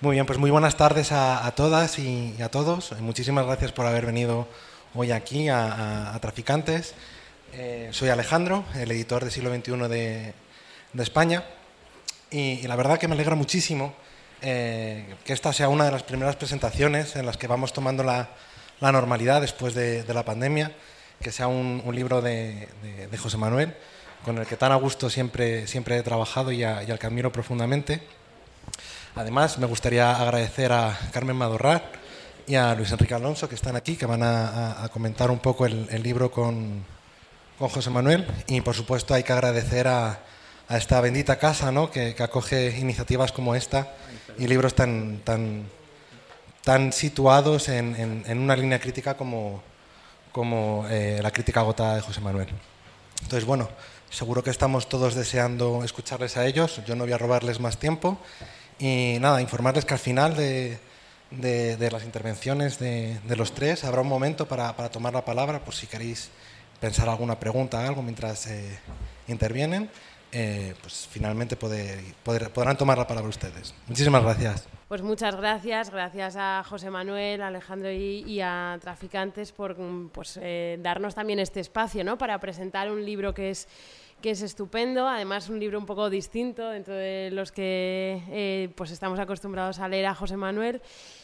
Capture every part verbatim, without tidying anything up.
Muy bien, pues muy buenas tardes a, a todas y, y a todos. Muchísimas gracias por haber venido hoy aquí a, a, a Traficantes. Eh, soy Alejandro, el editor de Siglo veintiuno de, de España, y, y la verdad que me alegra muchísimo eh, que esta sea una de las primeras presentaciones en las que vamos tomando la, la normalidad después de, de la pandemia, que sea un, un libro de, de, de José Manuel, con el que tan a gusto siempre, siempre he trabajado y, a, y al que admiro profundamente. Además, me gustaría agradecer a Carmen Madorrar y a Luis Enrique Alonso, que están aquí, que van a, a, a comentar un poco el, el libro con, con José Manuel. Y, por supuesto, hay que agradecer a, a esta bendita casa, ¿no?, que, que acoge iniciativas como esta y libros tan, tan, tan situados en, en, en una línea crítica como, como eh, la crítica agotada de José Manuel. Entonces, bueno, seguro que estamos todos deseando escucharles a ellos. Yo no voy a robarles más tiempo. Y nada, informarles que al final de, de, de las intervenciones de, de los tres habrá un momento para, para tomar la palabra, por si queréis pensar alguna pregunta, algo mientras eh, intervienen, eh, pues finalmente poder, poder, podrán tomar la palabra ustedes. Muchísimas gracias. Pues muchas gracias, gracias a José Manuel, a Alejandro y, y a Traficantes por pues, eh, darnos también este espacio, ¿no?, para presentar un libro que es que es estupendo, además un libro un poco distinto dentro de los que eh, pues estamos acostumbrados a leer a José Manuel.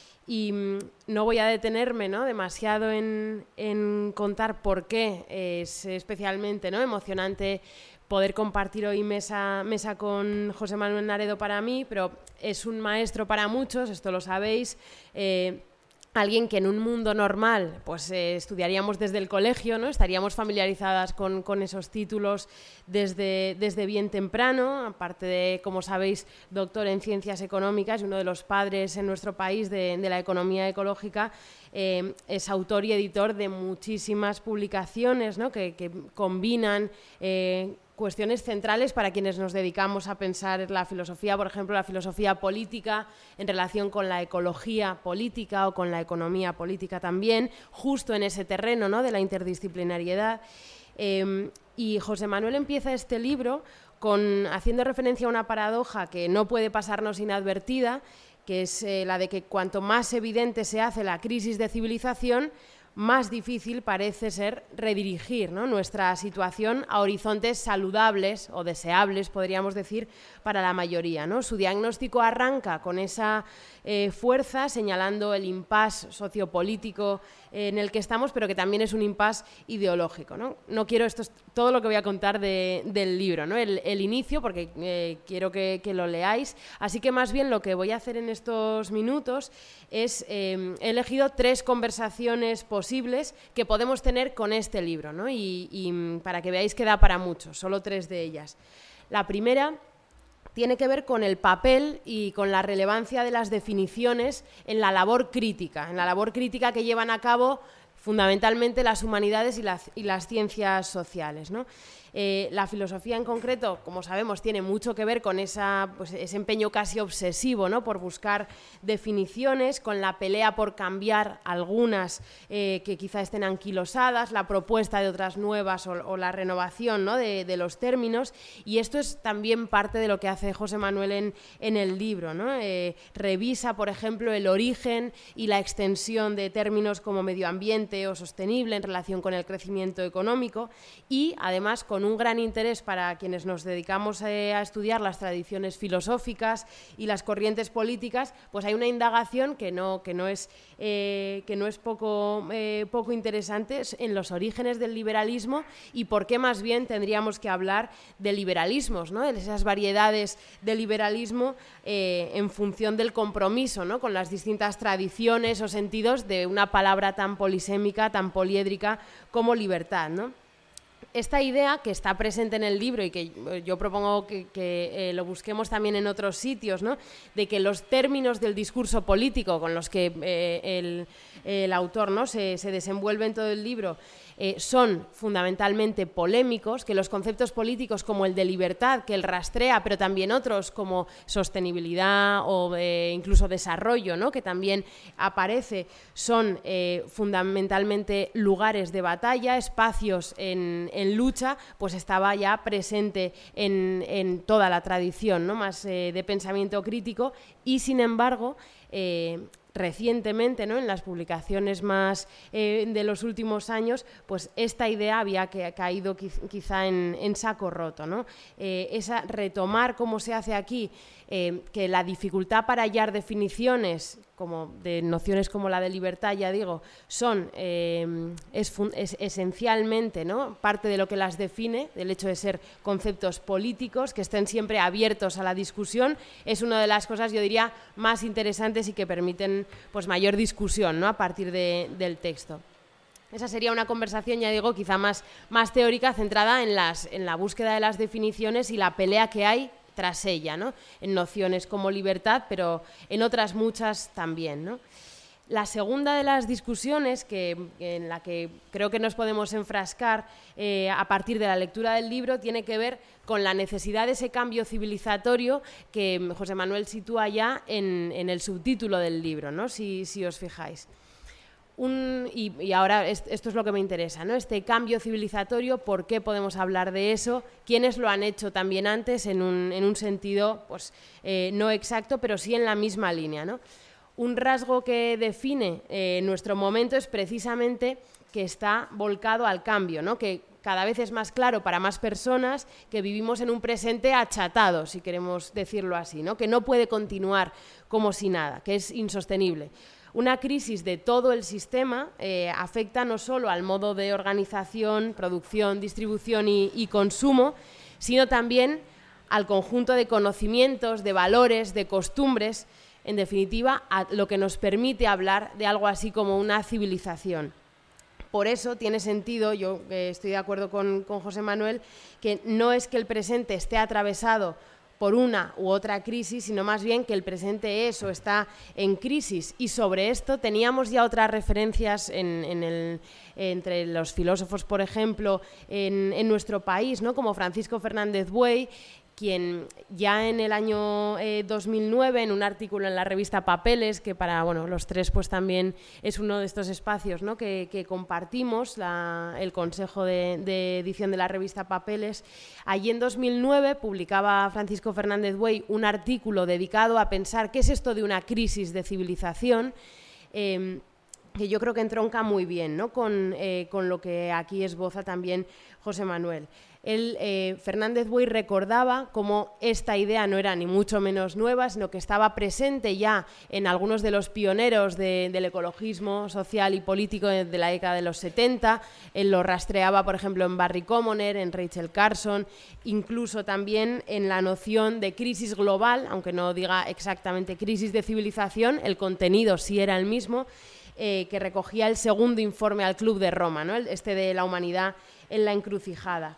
Y mmm, no voy a detenerme, ¿no?, demasiado en, en contar por qué es especialmente, ¿no?, emocionante poder compartir hoy mesa, mesa con José Manuel Naredo para mí, pero es un maestro para muchos, esto lo sabéis. Eh, Alguien que en un mundo normal pues eh, estudiaríamos desde el colegio, ¿no?, estaríamos familiarizadas con, con esos títulos desde, desde bien temprano, aparte de, como sabéis, doctor en Ciencias Económicas y uno de los padres en nuestro país de, de la economía ecológica. Eh, es autor y editor de muchísimas publicaciones, ¿no?, que, que combinan eh, cuestiones centrales para quienes nos dedicamos a pensar la filosofía, por ejemplo, la filosofía política en relación con la ecología política o con la economía política también, justo en ese terreno, ¿no?, de la interdisciplinariedad. Eh, y José Manuel empieza este libro con, haciendo referencia a una paradoja que no puede pasarnos inadvertida, que es eh, la de que cuanto más evidente se hace la crisis de civilización, más difícil parece ser redirigir, ¿no?, nuestra situación a horizontes saludables o deseables, podríamos decir, para la mayoría, ¿no? Su diagnóstico arranca con esa eh, fuerza, señalando el impasse sociopolítico en el que estamos, pero que también es un impasse ideológico, ¿no? No quiero, esto es todo lo que voy a contar de, del libro, ¿no?, el, el inicio, porque eh, quiero que, que lo leáis, así que más bien lo que voy a hacer en estos minutos es, eh, he elegido tres conversaciones posibles que podemos tener con este libro, ¿no?, y, y para que veáis que da para mucho, solo tres de ellas. La primera tiene que ver con el papel y con la relevancia de las definiciones en la labor crítica, en la labor crítica que llevan a cabo fundamentalmente las humanidades y las, y las ciencias sociales, ¿no? Eh, la filosofía en concreto, como sabemos, tiene mucho que ver con esa, pues, ese empeño casi obsesivo, ¿no?, por buscar definiciones, con la pelea por cambiar algunas eh, que quizá estén anquilosadas, la propuesta de otras nuevas o, o la renovación, ¿no?, de, de los términos, y esto es también parte de lo que hace José Manuel en, en el libro, ¿no? Eh, revisa, por ejemplo, el origen y la extensión de términos como medio ambiente o sostenible en relación con el crecimiento económico, y además con un gran interés para quienes nos dedicamos eh, a estudiar las tradiciones filosóficas y las corrientes políticas, pues hay una indagación que no, que no es, eh, que no es poco, eh, poco interesante en los orígenes del liberalismo y por qué más bien tendríamos que hablar de liberalismos, ¿no?, de esas variedades de liberalismo eh, en función del compromiso, ¿no?, con las distintas tradiciones o sentidos de una palabra tan polisémica, tan poliédrica como libertad, ¿no? Esta idea que está presente en el libro y que yo propongo que, que eh, lo busquemos también en otros sitios, ¿no?, de que los términos del discurso político con los que eh, el, el autor, ¿no?, se, se desenvuelve en todo el libro eh, son fundamentalmente polémicos, que los conceptos políticos como el de libertad, que él rastrea, pero también otros como sostenibilidad o eh, incluso desarrollo, ¿no?, que también aparece, son eh, fundamentalmente lugares de batalla, espacios en en lucha, pues estaba ya presente en, en toda la tradición, ¿no? Más eh, de pensamiento crítico, y sin embargo, eh, recientemente, ¿no? En las publicaciones más eh, de los últimos años, pues esta idea había que, caído quizá en, en saco roto, ¿no? Eh, esa retomar cómo se hace aquí, eh, que la dificultad para hallar definiciones como de nociones como la de libertad, ya digo, son eh, es, es esencialmente, ¿no? Parte de lo que las define, del hecho de ser conceptos políticos, que estén siempre abiertos a la discusión, es una de las cosas, yo diría, más interesantes y que permiten pues mayor discusión, ¿no? A partir de, del texto. Esa sería una conversación, ya digo, quizá más, más teórica, centrada en, las, en la búsqueda de las definiciones y la pelea que hay tras ella, ¿no? En nociones como libertad, pero en otras muchas también, ¿no? La segunda de las discusiones que, en la que creo que nos podemos enfrascar eh, a partir de la lectura del libro tiene que ver con la necesidad de ese cambio civilizatorio que José Manuel sitúa ya en, en el subtítulo del libro, ¿no? Si, si os fijáis. Un, y, y ahora es, esto es lo que me interesa, ¿no? Este cambio civilizatorio, ¿por qué podemos hablar de eso? ¿Quiénes lo han hecho también antes en un, en un sentido pues, eh, no exacto, pero sí en la misma línea, ¿no? Un rasgo que define eh, nuestro momento es precisamente que está volcado al cambio, ¿no? Que cada vez es más claro para más personas que vivimos en un presente achatado, si queremos decirlo así, ¿no? Que no puede continuar como si nada, que es insostenible. Una crisis de todo el sistema eh, afecta no solo al modo de organización, producción, distribución y, y consumo, sino también al conjunto de conocimientos, de valores, de costumbres, en definitiva, a lo que nos permite hablar de algo así como una civilización. Por eso tiene sentido, yo eh, estoy de acuerdo con, con José Manuel, que no es que el presente esté atravesado por una u otra crisis, sino más bien que el presente es o está en crisis. Y sobre esto teníamos ya otras referencias en, en el, entre los filósofos, por ejemplo, en, en nuestro país, ¿no? Como Francisco Fernández Buey, quien ya en el año eh, dos mil nueve, en un artículo en la revista Papeles, que para bueno, los tres pues también es uno de estos espacios, ¿no? que, que compartimos, la, el consejo de, de edición de la revista Papeles, allí en dos mil nueve publicaba Francisco Fernández Buey un artículo dedicado a pensar qué es esto de una crisis de civilización, eh, que yo creo que entronca muy bien, ¿no? con, eh, con lo que aquí esboza también José Manuel. Él, eh, Fernández Buey recordaba cómo esta idea no era ni mucho menos nueva, sino que estaba presente ya en algunos de los pioneros de, del ecologismo social y político de, de la década de los setenta. Él lo rastreaba, por ejemplo, en Barry Commoner, en Rachel Carson, incluso también en la noción de crisis global, aunque no diga exactamente crisis de civilización, el contenido sí era el mismo, eh, que recogía el segundo informe al Club de Roma, ¿no? Este de la humanidad en la encrucijada.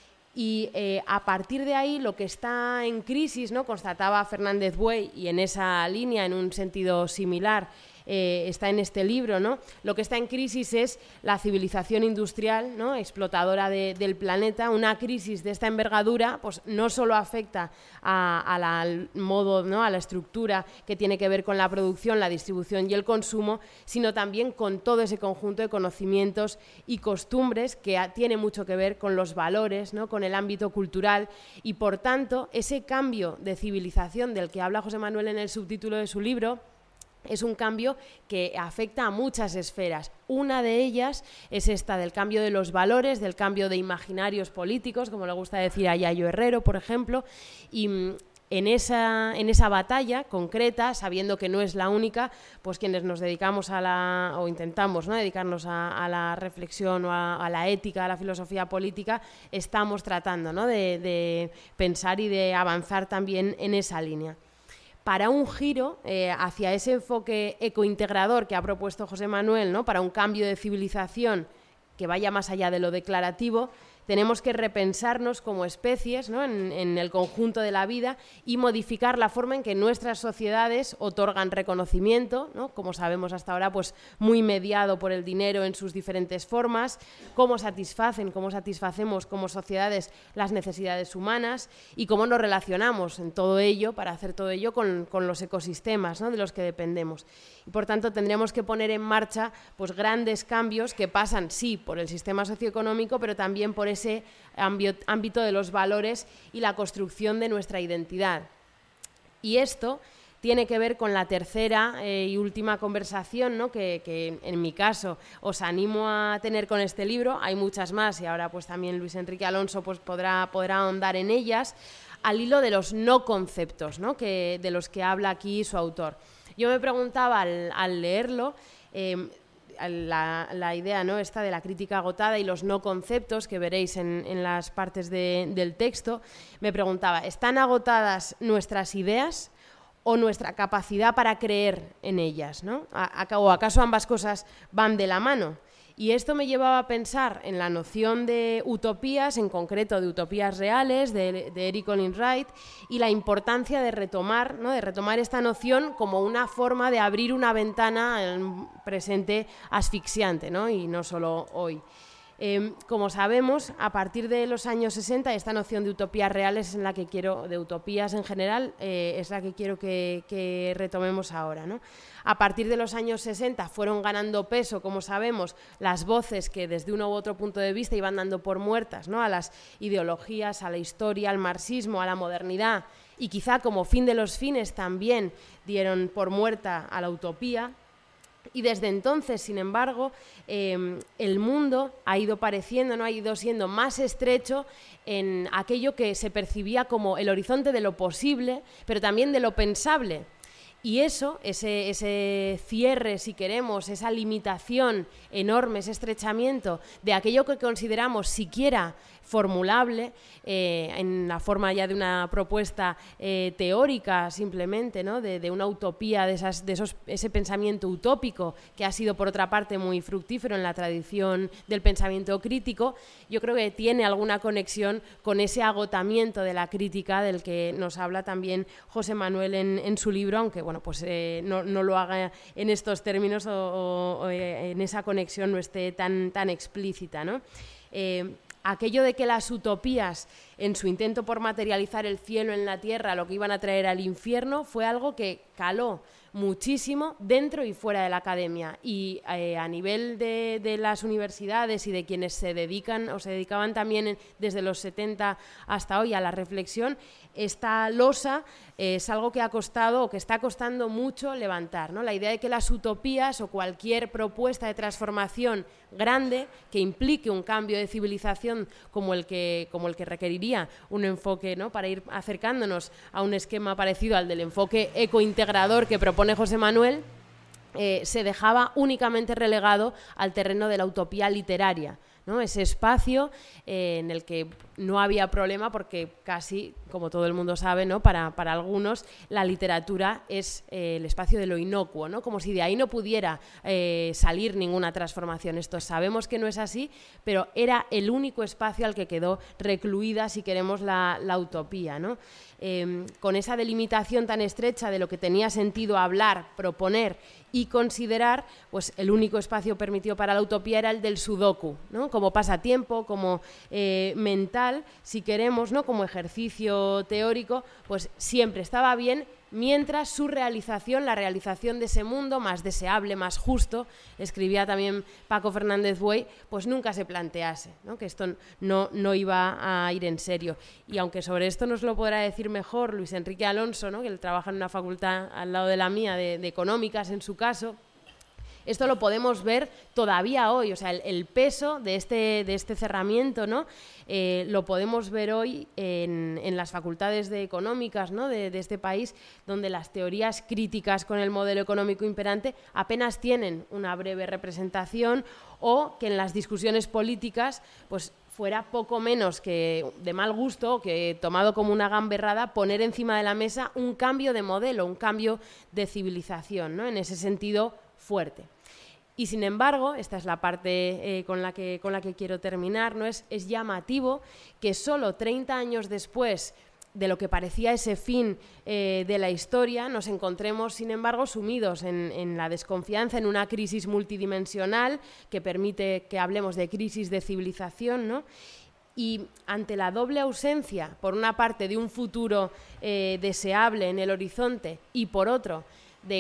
Y eh, a partir de ahí lo que está en crisis, ¿no? Constataba Fernández Buey, y en esa línea, en un sentido similar, eh, está en este libro, ¿no? Lo que está en crisis es la civilización industrial, ¿no? Explotadora de, del planeta. Una crisis de esta envergadura pues no solo afecta a, a la, al modo, ¿no? A la estructura que tiene que ver con la producción, la distribución y el consumo, sino también con todo ese conjunto de conocimientos y costumbres que a, tiene mucho que ver con los valores, ¿no? Con el ámbito cultural, y por tanto ese cambio de civilización del que habla José Manuel en el subtítulo de su libro es un cambio que afecta a muchas esferas. Una de ellas es esta del cambio de los valores, del cambio de imaginarios políticos, como le gusta decir a Yayo Herrero, por ejemplo, y en esa, en esa batalla concreta, sabiendo que no es la única, pues quienes nos dedicamos a la, o intentamos, ¿no? dedicarnos a, a la reflexión o a, a la ética, a la filosofía política, estamos tratando, ¿no? de, de pensar y de avanzar también en esa línea. Para un giro eh, hacia ese enfoque ecointegrador que ha propuesto José Manuel, ¿no? Para un cambio de civilización que vaya más allá de lo declarativo, tenemos que repensarnos como especies, ¿no? en, en el conjunto de la vida, y modificar la forma en que nuestras sociedades otorgan reconocimiento, ¿no? Como sabemos hasta ahora, pues muy mediado por el dinero en sus diferentes formas, cómo satisfacen, cómo satisfacemos como sociedades las necesidades humanas y cómo nos relacionamos en todo ello, para hacer todo ello con, con los ecosistemas, ¿no? de los que dependemos. Y por tanto tendremos que poner en marcha pues grandes cambios que pasan, sí, por el sistema socioeconómico, pero también por ese ámbito de los valores y la construcción de nuestra identidad. Y esto tiene que ver con la tercera eh, y última conversación, ¿no? que, que en mi caso os animo a tener con este libro. Hay muchas más y ahora pues también Luis Enrique Alonso pues, podrá, podrá ahondar en ellas, al hilo de los no conceptos, ¿no? que, de los que habla aquí su autor. Yo me preguntaba al, al leerlo, eh, la, la idea, ¿no? esta de la crítica agotada y los no conceptos que veréis en, en las partes de, del texto, me preguntaba, ¿están agotadas nuestras ideas o nuestra capacidad para creer en ellas, ¿no? ¿O acaso ambas cosas van de la mano? Y esto me llevaba a pensar en la noción de utopías, en concreto de utopías reales, de, de Eric Olin Wright, y la importancia de retomar, ¿no? de retomar esta noción como una forma de abrir una ventana al presente asfixiante, ¿no? Y no solo hoy. Eh, como sabemos, a partir de los años sesenta, esta noción de utopías reales es en la que quiero, de utopías en general, eh, es la que quiero que, que retomemos ahora, ¿no? A partir de los años sesenta fueron ganando peso, como sabemos, las voces que desde uno u otro punto de vista iban dando por muertas, ¿no? A las ideologías, a la historia, al marxismo, a la modernidad, y quizá como fin de los fines también dieron por muerta a la utopía. Y desde entonces, sin embargo, eh, el mundo ha ido pareciendo, ¿no? ha ido siendo más estrecho en aquello que se percibía como el horizonte de lo posible, pero también de lo pensable. Y eso, ese, ese cierre, si queremos, esa limitación enorme, ese estrechamiento de aquello que consideramos siquiera formulable eh, en la forma ya de una propuesta eh, teórica simplemente, ¿no? de, de una utopía, de, esas, de esos, ese pensamiento utópico que ha sido por otra parte muy fructífero en la tradición del pensamiento crítico, yo creo que tiene alguna conexión con ese agotamiento de la crítica del que nos habla también José Manuel en, en su libro, aunque bueno, pues, eh, no, no lo haga en estos términos o, o, o en esa conexión no esté tan, tan explícita, ¿no? Eh, Aquello de que las utopías, en su intento por materializar el cielo en la tierra, lo que iban a traer al infierno, fue algo que caló muchísimo dentro y fuera de la academia. Y eh, a nivel de, de las universidades y de quienes se dedican o se dedicaban también en, desde los setenta hasta hoy a la reflexión, esta losa eh, es algo que ha costado o que está costando mucho levantar, ¿no? La idea de que las utopías o cualquier propuesta de transformación grande que implique un cambio de civilización como el que, como el que requeriría un enfoque, ¿no? Para ir acercándonos a un esquema parecido al del enfoque ecointegrador que propone José Manuel, eh, se dejaba únicamente relegado al terreno de la utopía literaria, ¿no? Ese espacio eh, en el que no había problema porque casi, como todo el mundo sabe, ¿no? para, para algunos la literatura es eh, el espacio de lo inocuo, ¿no? Como si de ahí no pudiera eh, salir ninguna transformación. Esto sabemos que no es así, pero era el único espacio al que quedó recluida, si queremos, la, la utopía, ¿no? Eh, con esa delimitación tan estrecha de lo que tenía sentido hablar, proponer y considerar, pues el único espacio permitido para la utopía era el del sudoku, ¿no? Como pasatiempo, como eh, mental, si queremos, ¿no? Como ejercicio teórico, pues siempre estaba bien, mientras su realización, la realización de ese mundo más deseable, más justo, escribía también Paco Fernández Buey, pues nunca se plantease, ¿no? Que esto no, no iba a ir en serio. Y aunque sobre esto nos lo podrá decir mejor Luis Enrique Alonso, ¿no? Que él trabaja en una facultad al lado de la mía, de, de económicas en su caso, esto lo podemos ver todavía hoy, o sea, el, el peso de este, de este cerramiento, ¿no? Eh, lo podemos ver hoy en, en las facultades de económicas, ¿no? de, de este país, donde las teorías críticas con el modelo económico imperante apenas tienen una breve representación, o que en las discusiones políticas pues, fuera poco menos que de mal gusto, que tomado como una gamberrada, poner encima de la mesa un cambio de modelo, un cambio de civilización, ¿no? En ese sentido fuerte. Y sin embargo, esta es la parte eh, con, la que, con la que quiero terminar, ¿no? Es, es llamativo que solo treinta años después de lo que parecía ese fin eh, de la historia, nos encontremos, sin embargo, sumidos en, en la desconfianza, en una crisis multidimensional que permite que hablemos de crisis de civilización, ¿no? Y ante la doble ausencia, por una parte, de un futuro eh, deseable en el horizonte y, por otro, de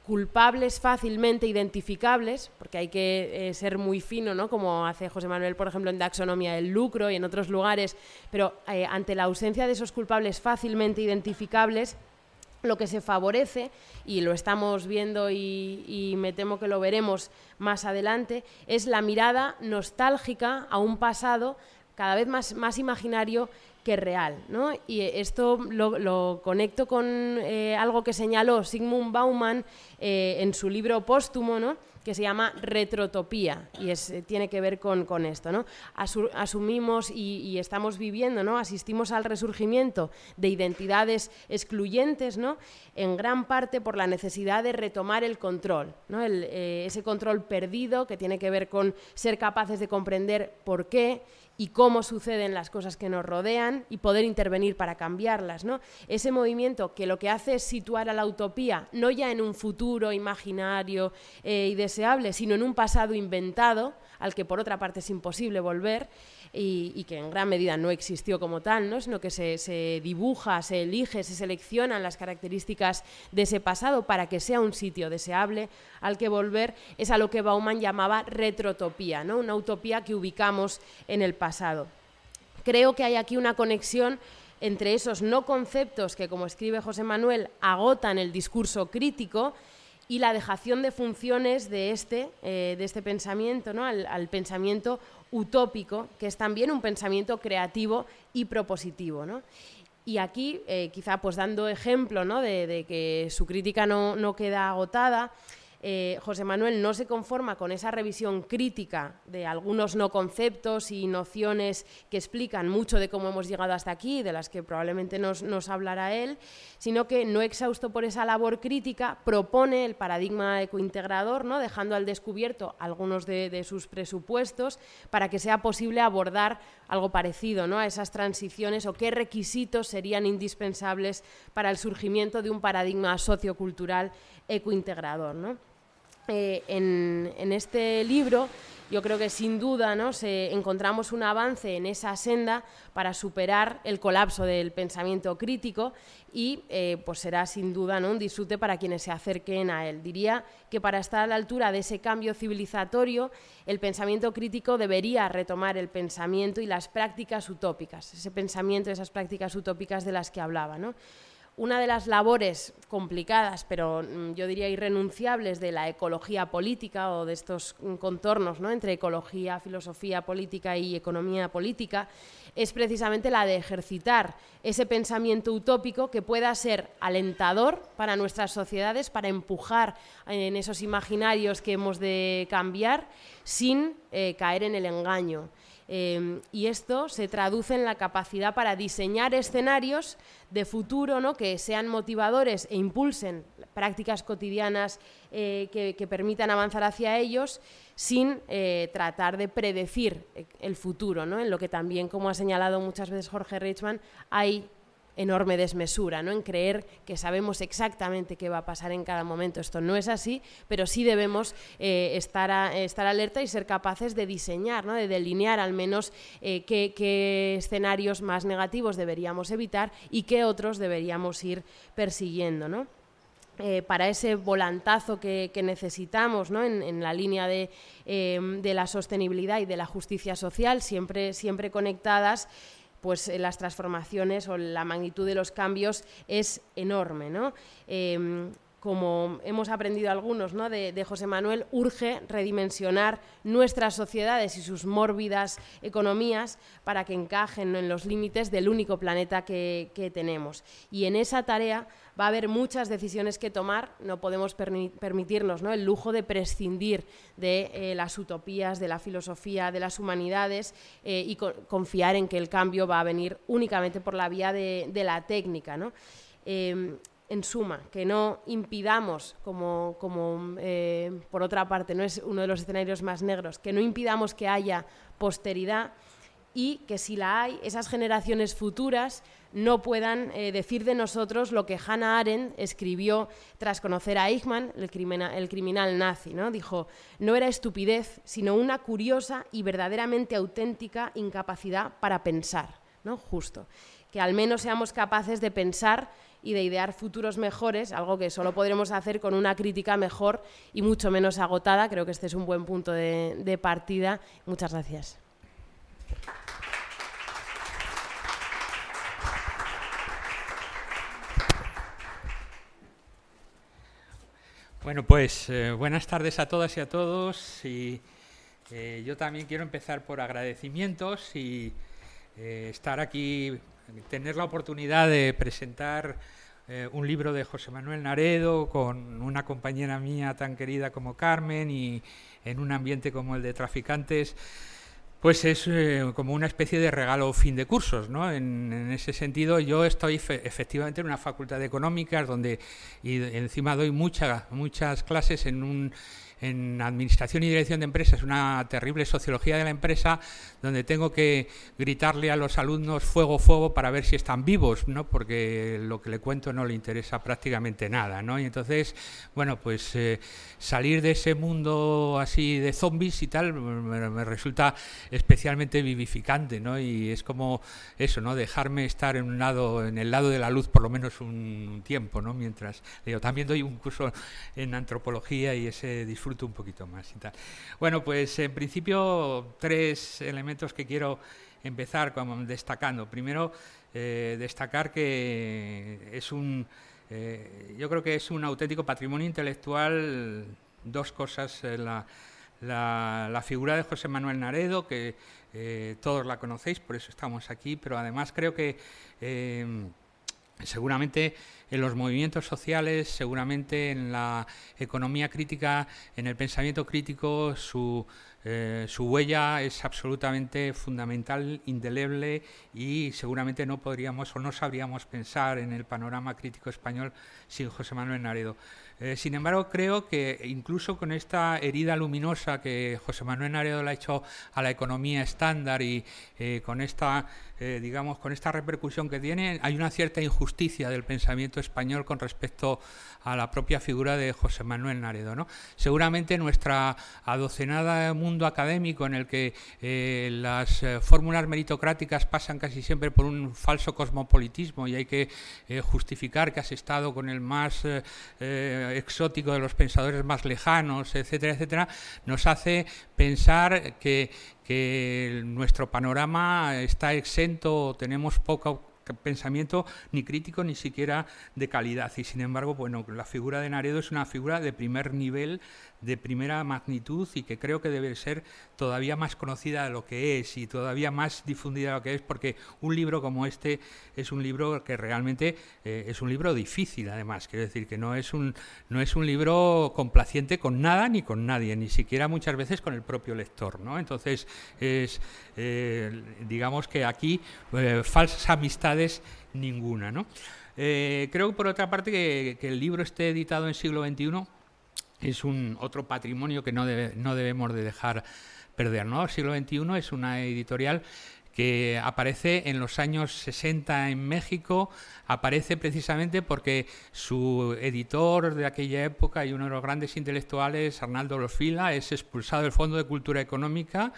culpables fácilmente identificables, porque hay que eh, ser muy fino, ¿no? Como hace José Manuel, por ejemplo, en Taxonomía del lucro y en otros lugares, pero eh, ante la ausencia de esos culpables fácilmente identificables, lo que se favorece, y lo estamos viendo y, y me temo que lo veremos más adelante, es la mirada nostálgica a un pasado cada vez más, más imaginario que real, ¿no? Y esto lo, lo conecto con eh, algo que señaló Zygmunt Bauman eh, en su libro póstumo, ¿no? Que se llama Retrotopía, y es, tiene que ver con, con esto, ¿no? Asu, asumimos y, y estamos viviendo, ¿no? Asistimos al resurgimiento de identidades excluyentes, ¿no? En gran parte por la necesidad de retomar el control, ¿no? El, eh, ese control perdido que tiene que ver con ser capaces de comprender por qué y cómo suceden las cosas que nos rodean y poder intervenir para cambiarlas, ¿no? Ese movimiento que lo que hace es situar a la utopía no ya en un futuro imaginario eh, y deseable, sino en un pasado inventado, al que por otra parte es imposible volver y, y que en gran medida no existió como tal, ¿no? Sino que se, se dibuja, se elige, se seleccionan las características de ese pasado para que sea un sitio deseable al que volver, es a lo que Bauman llamaba retrotopía, ¿no? Una utopía que ubicamos en el pasado. Creo que hay aquí una conexión entre esos no conceptos que, como escribe José Manuel, agotan el discurso crítico y la dejación de funciones de este, eh, de este pensamiento, ¿no? al, al pensamiento utópico, que es también un pensamiento creativo y propositivo, ¿no? Y aquí, eh, quizá pues dando ejemplo, ¿no? de, de que su crítica no, no queda agotada, Eh, José Manuel no se conforma con esa revisión crítica de algunos no conceptos y nociones que explican mucho de cómo hemos llegado hasta aquí, de las que probablemente nos, nos hablará él, sino que, no exhausto por esa labor crítica, propone el paradigma ecointegrador, ¿no? Dejando al descubierto algunos de, de sus presupuestos para que sea posible abordar algo parecido, ¿no? A esas transiciones o qué requisitos serían indispensables para el surgimiento de un paradigma sociocultural ecointegrador, ¿no? Eh, en, en este libro yo creo que sin duda, ¿no? se, encontramos un avance en esa senda para superar el colapso del pensamiento crítico y eh, pues será sin duda, ¿no? un disfrute para quienes se acerquen a él. Diría que para estar a la altura de ese cambio civilizatorio, el pensamiento crítico debería retomar el pensamiento y las prácticas utópicas, ese pensamiento, esas prácticas utópicas de las que hablaba, ¿no? Una de las labores complicadas, pero yo diría irrenunciables, de la ecología política o de estos contornos, ¿no? entre ecología, filosofía política y economía política, es precisamente la de ejercitar ese pensamiento utópico que pueda ser alentador para nuestras sociedades, para empujar en esos imaginarios que hemos de cambiar sin eh, caer en el engaño. Eh, y esto se traduce en la capacidad para diseñar escenarios de futuro, ¿no? que sean motivadores e impulsen prácticas cotidianas eh, que, que permitan avanzar hacia ellos sin eh, tratar de predecir el futuro, ¿no? En lo que también, como ha señalado muchas veces Jorge Richman, hay enorme desmesura, ¿no? En creer que sabemos exactamente qué va a pasar en cada momento. Esto no es así, pero sí debemos eh, estar, a, estar alerta y ser capaces de diseñar, ¿no? de delinear al menos eh, qué, qué escenarios más negativos deberíamos evitar y qué otros deberíamos ir persiguiendo, ¿no? Eh, para ese volantazo que, que necesitamos, ¿no? en, en la línea de, eh, de la sostenibilidad y de la justicia social, siempre, siempre conectadas, pues eh, las transformaciones o la magnitud de los cambios es enorme, ¿no? Eh, como hemos aprendido algunos, ¿no? de, de José Manuel, urge redimensionar nuestras sociedades y sus mórbidas economías para que encajen, ¿no? en los límites del único planeta que, que tenemos. Y en esa tarea va a haber muchas decisiones que tomar, no podemos permi- permitirnos, ¿no? el lujo de prescindir de eh, las utopías, de la filosofía, de las humanidades eh, y co- confiar en que el cambio va a venir únicamente por la vía de, de la técnica, ¿no? Eh, En suma, que no impidamos, como, como eh, por otra parte no es uno de los escenarios más negros, que no impidamos que haya posteridad y que si la hay, esas generaciones futuras no puedan eh, decir de nosotros lo que Hannah Arendt escribió tras conocer a Eichmann, el, criminal, el criminal nazi, ¿no? Dijo, no era estupidez, sino una curiosa y verdaderamente auténtica incapacidad para pensar, ¿no? Justo. Que al menos seamos capaces de pensar y de idear futuros mejores, algo que solo podremos hacer con una crítica mejor y mucho menos agotada. Creo que este es un buen punto de, de partida. Muchas gracias. Bueno, pues eh, buenas tardes a todas y a todos. Y eh, yo también quiero empezar por agradecimientos y eh, estar aquí, tener la oportunidad de presentar eh, un libro de José Manuel Naredo con una compañera mía tan querida como Carmen y en un ambiente como el de Traficantes. Pues es eh, como una especie de regalo fin de cursos, ¿no? En, en ese sentido, yo estoy fe, efectivamente en una facultad de económicas donde y encima doy mucha, muchas clases en un en Administración y Dirección de Empresas, una terrible sociología de la empresa, donde tengo que gritarle a los alumnos fuego, fuego para ver si están vivos, ¿no? Porque lo que le cuento no le interesa prácticamente nada, ¿no? Y entonces, bueno, pues eh, salir de ese mundo así de zombies y tal me, me resulta especialmente vivificante, ¿no? Y es como eso, ¿no? Dejarme estar en un lado, en el lado de la luz por lo menos un tiempo, ¿no? Mientras yo también doy un curso en antropología y ese disfruto un poquito más y tal. Bueno, pues en principio tres elementos que quiero empezar como destacando. Primero, eh, destacar que es un, eh, yo creo que es un auténtico patrimonio intelectual, dos cosas, eh, la, la, la figura de José Manuel Naredo, que eh, todos la conocéis, por eso estamos aquí, pero además creo que eh, seguramente en los movimientos sociales, seguramente en la economía crítica, en el pensamiento crítico, su, eh, su huella es absolutamente fundamental, indeleble, y seguramente no podríamos o no sabríamos pensar en el panorama crítico español sin José Manuel Naredo. Eh, sin embargo, creo que incluso con esta herida luminosa que José Manuel Naredo le ha hecho a la economía estándar y eh, con esta, eh, digamos, con esta repercusión que tiene, hay una cierta injusticia del pensamiento español con respecto a la propia figura de José Manuel Naredo, ¿no? Seguramente nuestra adocenada mundo académico en el que eh, las eh, fórmulas meritocráticas pasan casi siempre por un falso cosmopolitismo y hay que eh, justificar que has estado con el más eh, eh, exótico de los pensadores más lejanos, etcétera, etcétera, nos hace pensar que, que nuestro panorama está exento, tenemos poco pensamiento ni crítico ni siquiera de calidad, y sin embargo, bueno, la figura de Naredo es una figura de primer nivel, de primera magnitud, y que creo que debe ser todavía más conocida de lo que es y todavía más difundida de lo que es, porque un libro como este es un libro que realmente eh, es un libro difícil, además, quiero decir que no es un no es un libro complaciente con nada ni con nadie, ni siquiera muchas veces con el propio lector, ¿no? Entonces es eh, digamos que aquí eh, falsas amistades ninguna, ¿no? Eh, creo por otra parte que, que el libro esté editado en siglo veintiuno es un otro patrimonio que no, debe, no debemos de dejar perder, ¿no? Siglo veintiuno es una editorial que aparece en los años sesenta en México, aparece precisamente porque su editor de aquella época y uno de los grandes intelectuales, Arnaldo Losfila, es expulsado del Fondo de Cultura Económica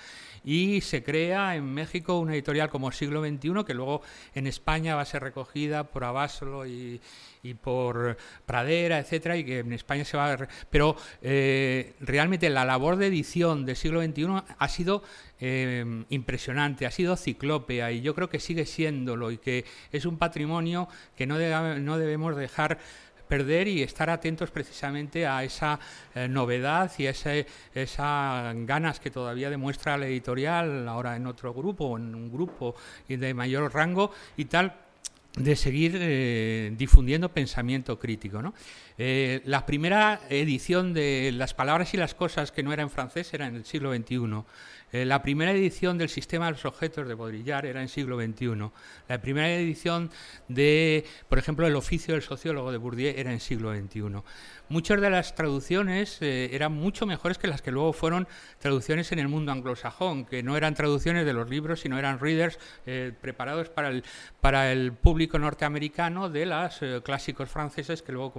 y se crea en México una editorial como Siglo veintiuno, que luego en España va a ser recogida por Abasolo y, y por Pradera, etcétera, y que en España se va a... Pero eh, realmente la labor de edición de Siglo veintiuno ha sido eh, impresionante, ha sido ciclópea, y yo creo que sigue siéndolo, y que es un patrimonio que no, de, no debemos dejar perder y estar atentos precisamente a esa eh, novedad y a ese, esas ganas que todavía demuestra la editorial, ahora en otro grupo, en un grupo de mayor rango y tal, de seguir eh, difundiendo pensamiento crítico, ¿no? Eh, la primera edición de Las palabras y las cosas, que no era en francés, era en el siglo veintiuno. Eh, la primera edición del Sistema de los objetos de Baudrillard era en siglo veintiuno. La primera edición de, por ejemplo, El oficio del sociólogo de Bourdieu era en siglo veintiuno. Muchas de las traducciones eh, eran mucho mejores que las que luego fueron traducciones en el mundo anglosajón, que no eran traducciones de los libros, sino eran readers eh, preparados para el, para el público norteamericano de los eh, clásicos franceses, que luego, como sabéis,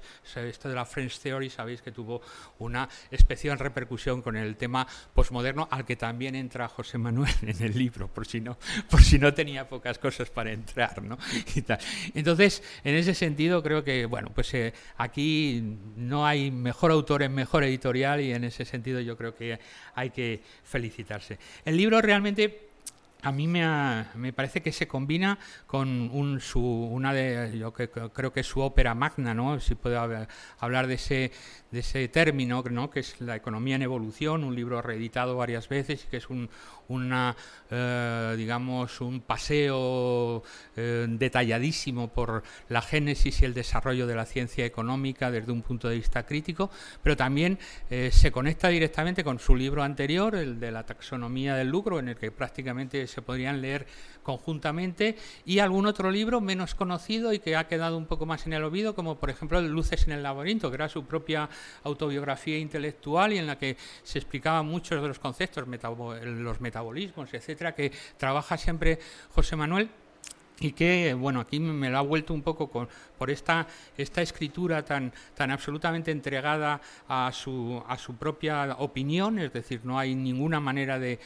esto de la French Theory, sabéis que tuvo una especial repercusión con el tema posmoderno, al que también entra José Manuel en el libro, por si no, por si no tenía pocas cosas para entrar, ¿no? Y tal. Entonces, en ese sentido, creo que, bueno, pues eh, aquí no hay mejor autor en mejor editorial, y en ese sentido yo creo que hay que felicitarse. El libro realmente a mí me, ha, me parece que se combina con un, su, una de, yo que, creo que es su ópera magna, ¿no? Si puedo haber, hablar de ese, de ese término, ¿no? Que es La economía en evolución, un libro reeditado varias veces y que es un, una, eh, digamos, un paseo eh, detalladísimo por la génesis y el desarrollo de la ciencia económica desde un punto de vista crítico, pero también eh, se conecta directamente con su libro anterior, el de la taxonomía del lucro, en el que prácticamente se podrían leer conjuntamente, y algún otro libro menos conocido y que ha quedado un poco más en el olvido, como por ejemplo Luces en el laberinto, que era su propia autobiografía intelectual y en la que se explicaban muchos de los conceptos, metabo- los metabolismos, etcétera, que trabaja siempre José Manuel. Y que, bueno, aquí me lo ha vuelto un poco con, por esta, esta escritura tan, tan absolutamente entregada a su, a su propia opinión, es decir, no hay ninguna manera de,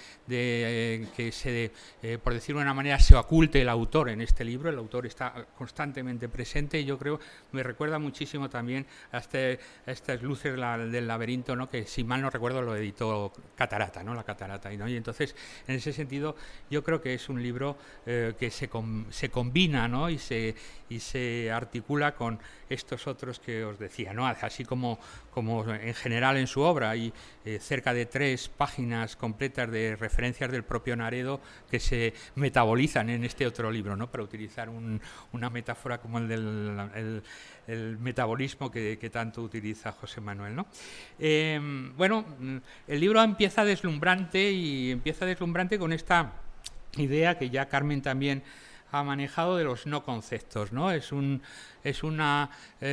de eh, que se, eh, por decirlo de una manera, se oculte el autor en este libro. El autor está constantemente presente y yo creo, me recuerda muchísimo también a, este, a estas Luces la, del laberinto, ¿no? Que si mal no recuerdo lo editó Catarata, ¿no? La Catarata, ¿no? Y entonces, en ese sentido, yo creo que es un libro eh, que se se combina, ¿no? y, se, y se articula con estos otros que os decía, ¿no? Así como, como en general en su obra hay eh, cerca de tres páginas completas de referencias del propio Naredo que se metabolizan en este otro libro, ¿no? Para utilizar un, una metáfora como el del el, el metabolismo que, que tanto utiliza José Manuel, ¿no? Eh, bueno, el libro empieza deslumbrante y empieza deslumbrante con esta idea que ya Carmen también ha manejado de los no conceptos, ¿no? Es un es una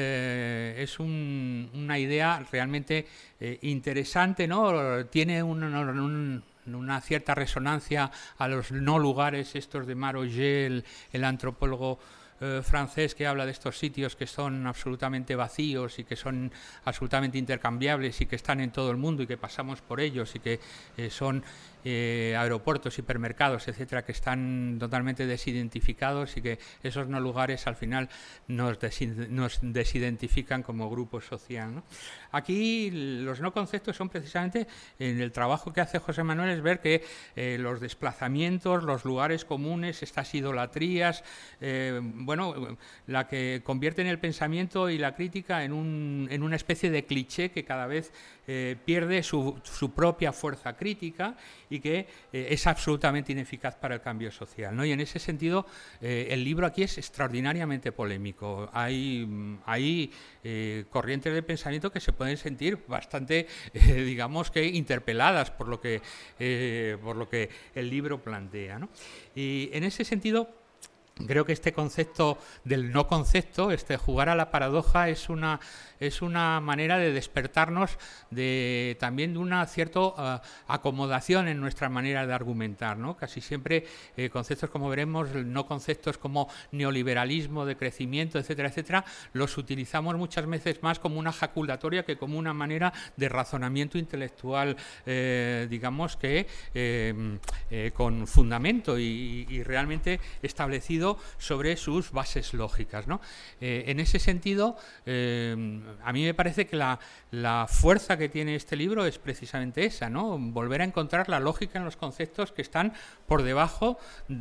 eh, es un, una idea realmente eh, interesante, ¿no? Tiene un, un, una cierta resonancia a los no lugares estos de Maroget, el, el antropólogo Eh, francés, que habla de estos sitios que son absolutamente vacíos y que son absolutamente intercambiables y que están en todo el mundo y que pasamos por ellos y que eh, son eh, aeropuertos, hipermercados, etcétera, que están totalmente desidentificados y que esos no lugares al final nos, desid- nos desidentifican como grupo social, ¿no? Aquí los no conceptos son precisamente, en el trabajo que hace José Manuel, es ver que eh, los desplazamientos, los lugares comunes, estas idolatrías, eh, bueno, la que convierte en el pensamiento y la crítica en, un, en una especie de cliché que cada vez eh, pierde su, su propia fuerza crítica y que eh, es absolutamente ineficaz para el cambio social, ¿no? Y en ese sentido eh, el libro aquí es extraordinariamente polémico. Hay, hay eh, corrientes de pensamiento que se pueden sentir bastante, eh, digamos que interpeladas por lo que, eh, por lo que el libro plantea, ¿no? Y en ese sentido creo que este concepto del no concepto, este jugar a la paradoja, es una, es una manera de despertarnos de, también de una cierta uh, acomodación en nuestra manera de argumentar, ¿no? Casi siempre eh, conceptos, como veremos, no conceptos como neoliberalismo, de crecimiento, etcétera, etcétera, los utilizamos muchas veces más como una jaculatoria que como una manera de razonamiento intelectual, eh, digamos que eh, eh, con fundamento y, y realmente establecido sobre sus bases lógicas, ¿no? Eh, en ese sentido, eh, a mí me parece que la, la fuerza que tiene este libro es precisamente esa, ¿no? Volver a encontrar la lógica en los conceptos que están por debajo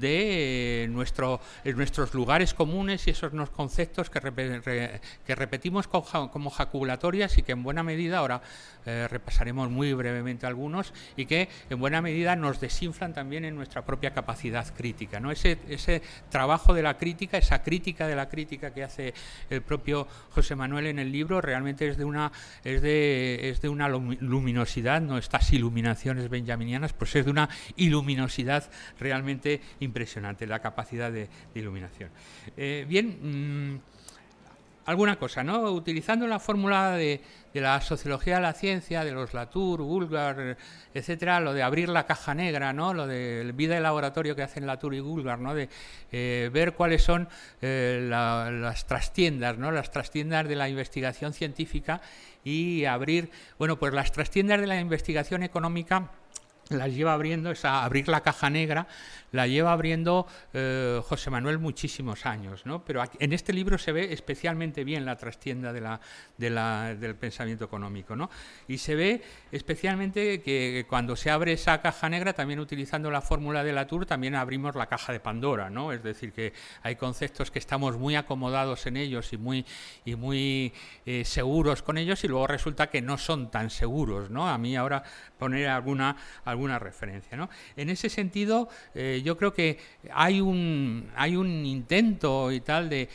de nuestro, en nuestros lugares comunes y esos no conceptos que, rep re que repetimos como, como jaculatorias y que en buena medida, ahora eh, repasaremos muy brevemente algunos, y que en buena medida nos desinflan también en nuestra propia capacidad crítica, ¿no? Ese, ese trabajo de la crítica, esa crítica de la crítica que hace el propio José Manuel en el libro, realmente es de una es de, es de una luminosidad, no estas iluminaciones benjaminianas, pues es de una iluminosidad realmente impresionante, la capacidad de, de iluminación. Eh, bien, mmm, alguna cosa, ¿no? Utilizando la fórmula de, de la sociología de la ciencia, de los Latour, Woolgar, etcétera, lo de abrir la caja negra, ¿no? Lo de vida de laboratorio que hacen Latour y Woolgar, ¿no? De eh, ver cuáles son eh, la, las trastiendas, ¿no? Las trastiendas de la investigación científica y abrir, bueno, pues las trastiendas de la investigación económica las lleva abriendo, esa abrir la caja negra, la lleva abriendo eh, José Manuel muchísimos años, ¿no? Pero aquí, en este libro se ve especialmente bien la trastienda de la, de la, del pensamiento económico, ¿no? Y se ve especialmente que cuando se abre esa caja negra, también utilizando la fórmula de Latour, también abrimos la caja de Pandora, ¿no? Es decir, que hay conceptos que estamos muy acomodados en ellos y muy, y muy eh, seguros con ellos, y luego resulta que no son tan seguros, ¿no? A mí ahora poner alguna, alguna referencia, ¿no? En ese sentido, eh, yo creo que hay un, hay un intento y tal de,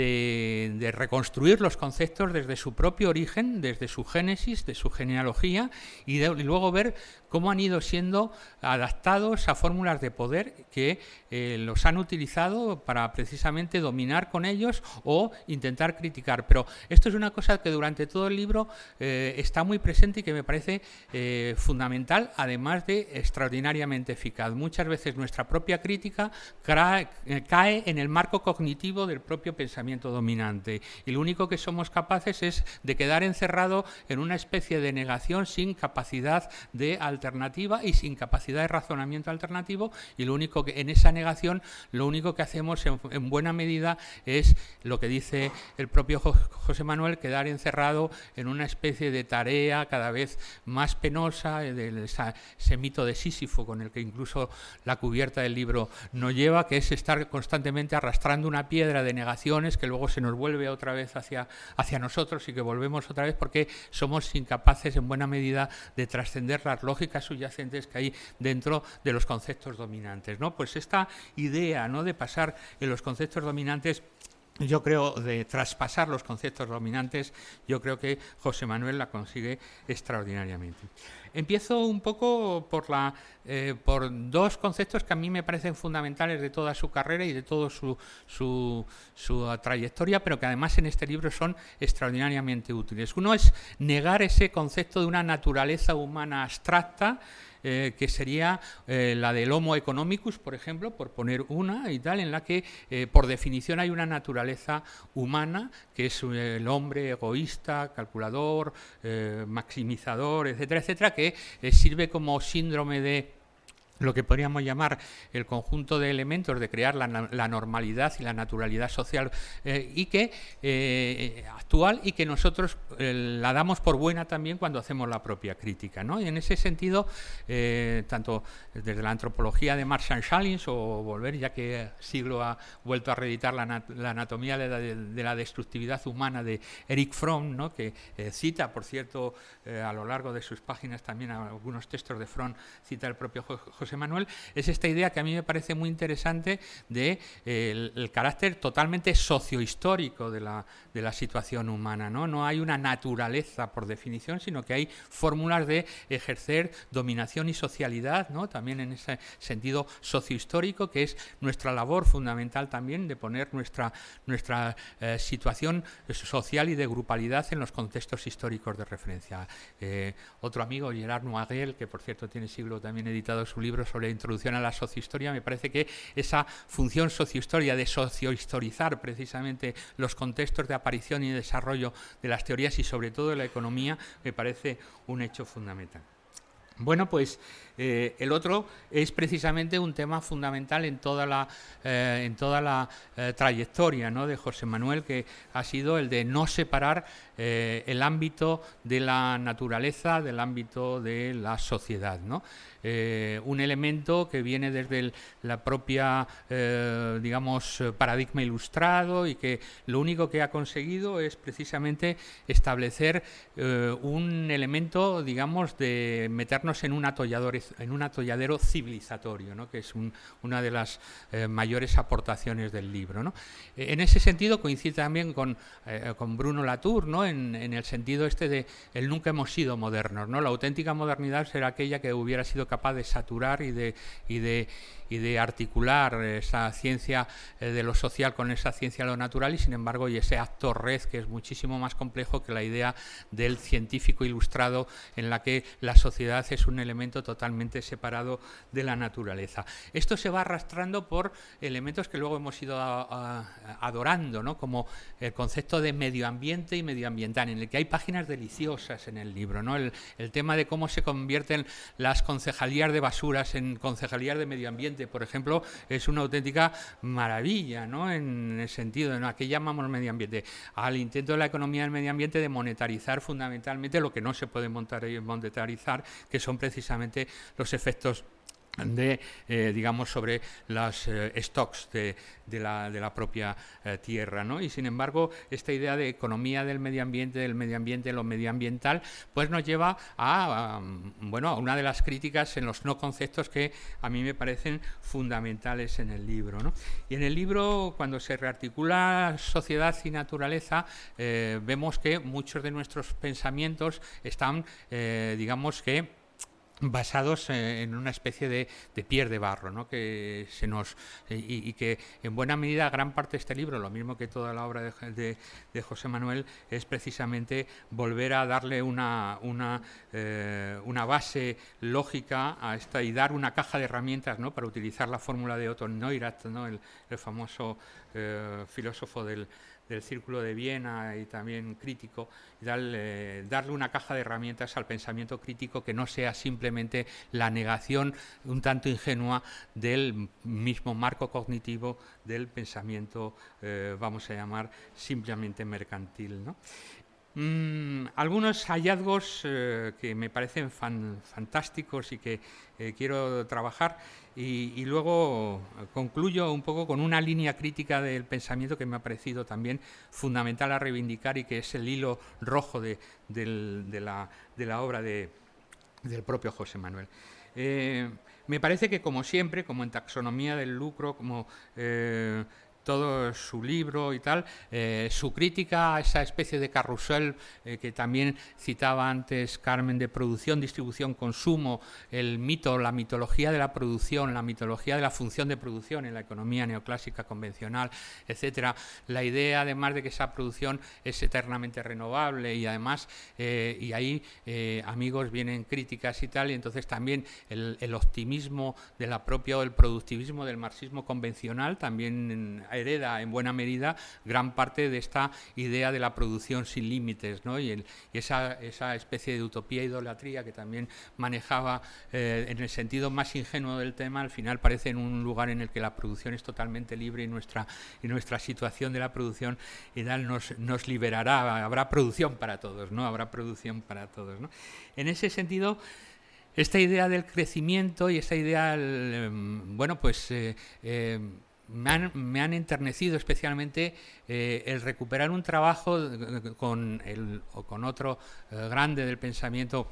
de, de reconstruir los conceptos desde su propio origen, desde su génesis, de su genealogía, y, de, y luego ver cómo han ido siendo adaptados a fórmulas de poder que eh, los han utilizado para precisamente dominar con ellos o intentar criticar. Pero esto es una cosa que durante todo el libro eh, está muy presente y que me parece eh, fundamental, además de extraordinariamente eficaz. Muchas veces nuestra propia crítica cae, eh, cae en el marco cognitivo del propio pensamiento dominante, y lo único que somos capaces es de quedar encerrado en una especie de negación sin capacidad de alternativa y sin capacidad de razonamiento alternativo, y lo único que en esa negación lo único que hacemos en, en buena medida es lo que dice el propio José Manuel, quedar encerrado en una especie de tarea cada vez más penosa, de esa, ese mito de Sísifo con el que incluso la cubierta del libro nos lleva, que es estar constantemente arrastrando una piedra de negaciones que luego se nos vuelve otra vez hacia, hacia nosotros y que volvemos otra vez porque somos incapaces en buena medida de trascender las lógicas subyacentes que hay dentro de los conceptos dominantes, ¿no? Pues esta idea, ¿no?, de pasar en los conceptos dominantes, yo creo, de traspasar los conceptos dominantes, yo creo que José Manuel la consigue extraordinariamente. Empiezo un poco por, la, eh, por dos conceptos que a mí me parecen fundamentales de toda su carrera y de toda su, su, su trayectoria, pero que además en este libro son extraordinariamente útiles. Uno es negar ese concepto de una naturaleza humana abstracta, Eh, que sería eh, la del Homo economicus, por ejemplo, por poner una y tal, en la que eh, por definición hay una naturaleza humana, que es eh, el hombre egoísta, calculador, eh, maximizador, etcétera, etcétera, que eh, sirve como síndrome de lo que podríamos llamar el conjunto de elementos de crear la, la normalidad y la naturalidad social eh, y que eh, actual y que nosotros eh, la damos por buena también cuando hacemos la propia crítica, ¿no? Y en ese sentido, eh, tanto desde la antropología de Marshall Salins o volver, ya que Siglo ha vuelto a reeditar la, nat la anatomía de la, de, de la destructividad humana de Erich Fromm, ¿no?, que eh, cita, por cierto, eh, a lo largo de sus páginas también algunos textos de Fromm, cita el propio José Manuel, es esta idea que a mí me parece muy interesante de eh, el, el carácter totalmente sociohistórico de la, de la situación humana, ¿no? No hay una naturaleza por definición, sino que hay fórmulas de ejercer dominación y socialidad, ¿no?, también en ese sentido sociohistórico, que es nuestra labor fundamental también de poner nuestra, nuestra eh, situación social y de grupalidad en los contextos históricos de referencia. Eh, otro amigo, Gerard Noirel, que por cierto tiene Siglo también editado su libro sobre la introducción a la sociohistoria, me parece que esa función sociohistoria de sociohistorizar precisamente los contextos de aparición y desarrollo de las teorías y sobre todo de la economía me parece un hecho fundamental. Bueno, pues eh, el otro es precisamente un tema fundamental en toda la, eh, en toda la eh, trayectoria, ¿no?, de José Manuel, que ha sido el de no separar eh, el ámbito de la naturaleza del ámbito de la sociedad, ¿no? Eh, un elemento que viene desde el, la propia, eh, digamos, paradigma ilustrado y que lo único que ha conseguido es precisamente establecer eh, un elemento, digamos, de meternos en un atollador, en un atolladero civilizatorio, ¿no?, que es un, una de las eh, mayores aportaciones del libro, ¿no? En ese sentido coincide también con, eh, con Bruno Latour, ¿no?, en, en el sentido este de el nunca hemos sido modernos, ¿no? La auténtica modernidad será aquella que hubiera sido capaz de saturar y de, y de, y de articular esa ciencia eh, de lo social con esa ciencia de lo natural, y sin embargo y ese acto red que es muchísimo más complejo que la idea del científico ilustrado, en la que la sociedad es un elemento totalmente separado de la naturaleza. Esto se va arrastrando por elementos que luego hemos ido a, a, adorando, ¿no? Como el concepto de medio ambiente y medioambiental, en el que hay páginas deliciosas en el libro, ¿no? El, el tema de cómo se convierten las concejalías de basuras en concejalías de medio ambiente, por ejemplo, es una auténtica maravilla, ¿no? En el sentido, ¿no? ¿A qué llamamos medio ambiente? Al intento de la economía del medio ambiente de monetarizar fundamentalmente lo que no se puede monetarizar, que son precisamente los efectos de, eh, digamos, sobre los eh, stocks de, de, la, de la propia eh, tierra, ¿no? Y sin embargo, esta idea de economía del medio ambiente, del medio ambiente, lo medioambiental, pues nos lleva a, a, bueno, a una de las críticas en los no conceptos que a mí me parecen fundamentales en el libro, ¿no? Y en el libro, cuando se rearticula sociedad y naturaleza, eh, vemos que muchos de nuestros pensamientos están, eh, digamos que, basados en una especie de, de pier de barro, ¿no? Que se nos y, y que en buena medida gran parte de este libro, lo mismo que toda la obra de, de, de José Manuel, es precisamente volver a darle una una, eh, una base lógica a esta y dar una caja de herramientas, ¿no? Para utilizar la fórmula de Otto Neurath, ¿no? el, el famoso eh, filósofo del del Círculo de Viena y también crítico, y darle, darle una caja de herramientas al pensamiento crítico que no sea simplemente la negación un tanto ingenua del mismo marco cognitivo del pensamiento, eh, vamos a llamar, simplemente mercantil, ¿no? Mm, algunos hallazgos eh, que me parecen fan, fantásticos y que eh, quiero trabajar y, y luego concluyo un poco con una línea crítica del pensamiento que me ha parecido también fundamental a reivindicar y que es el hilo rojo de, del, de, la, de la obra de, del propio José Manuel. Eh, me parece que, como siempre, como en Taxonomía del lucro, como eh, todo su libro y tal, eh, su crítica a esa especie de carrusel eh, que también citaba antes Carmen, de producción, distribución, consumo, el mito, la mitología de la producción, la mitología de la función de producción en la economía neoclásica convencional, etcétera. La idea, además, de que esa producción es eternamente renovable y además, eh, y ahí, eh, amigos, vienen críticas y tal, y entonces también el, el optimismo de la propia, o el productivismo del marxismo convencional también hereda en buena medida gran parte de esta idea de la producción sin límites, ¿no? Y, el, y esa, esa especie de utopía e idolatría que también manejaba eh, en el sentido más ingenuo del tema, al final parece en un lugar en el que la producción es totalmente libre y nuestra, y nuestra situación de la producción y tal nos, nos liberará, habrá producción para todos, ¿no? Habrá producción para todos, ¿no? En ese sentido, esta idea del crecimiento y esta idea, eh, bueno, pues eh, eh, Me han, me han enternecido especialmente eh, el recuperar un trabajo con, el, o con otro eh, grande del pensamiento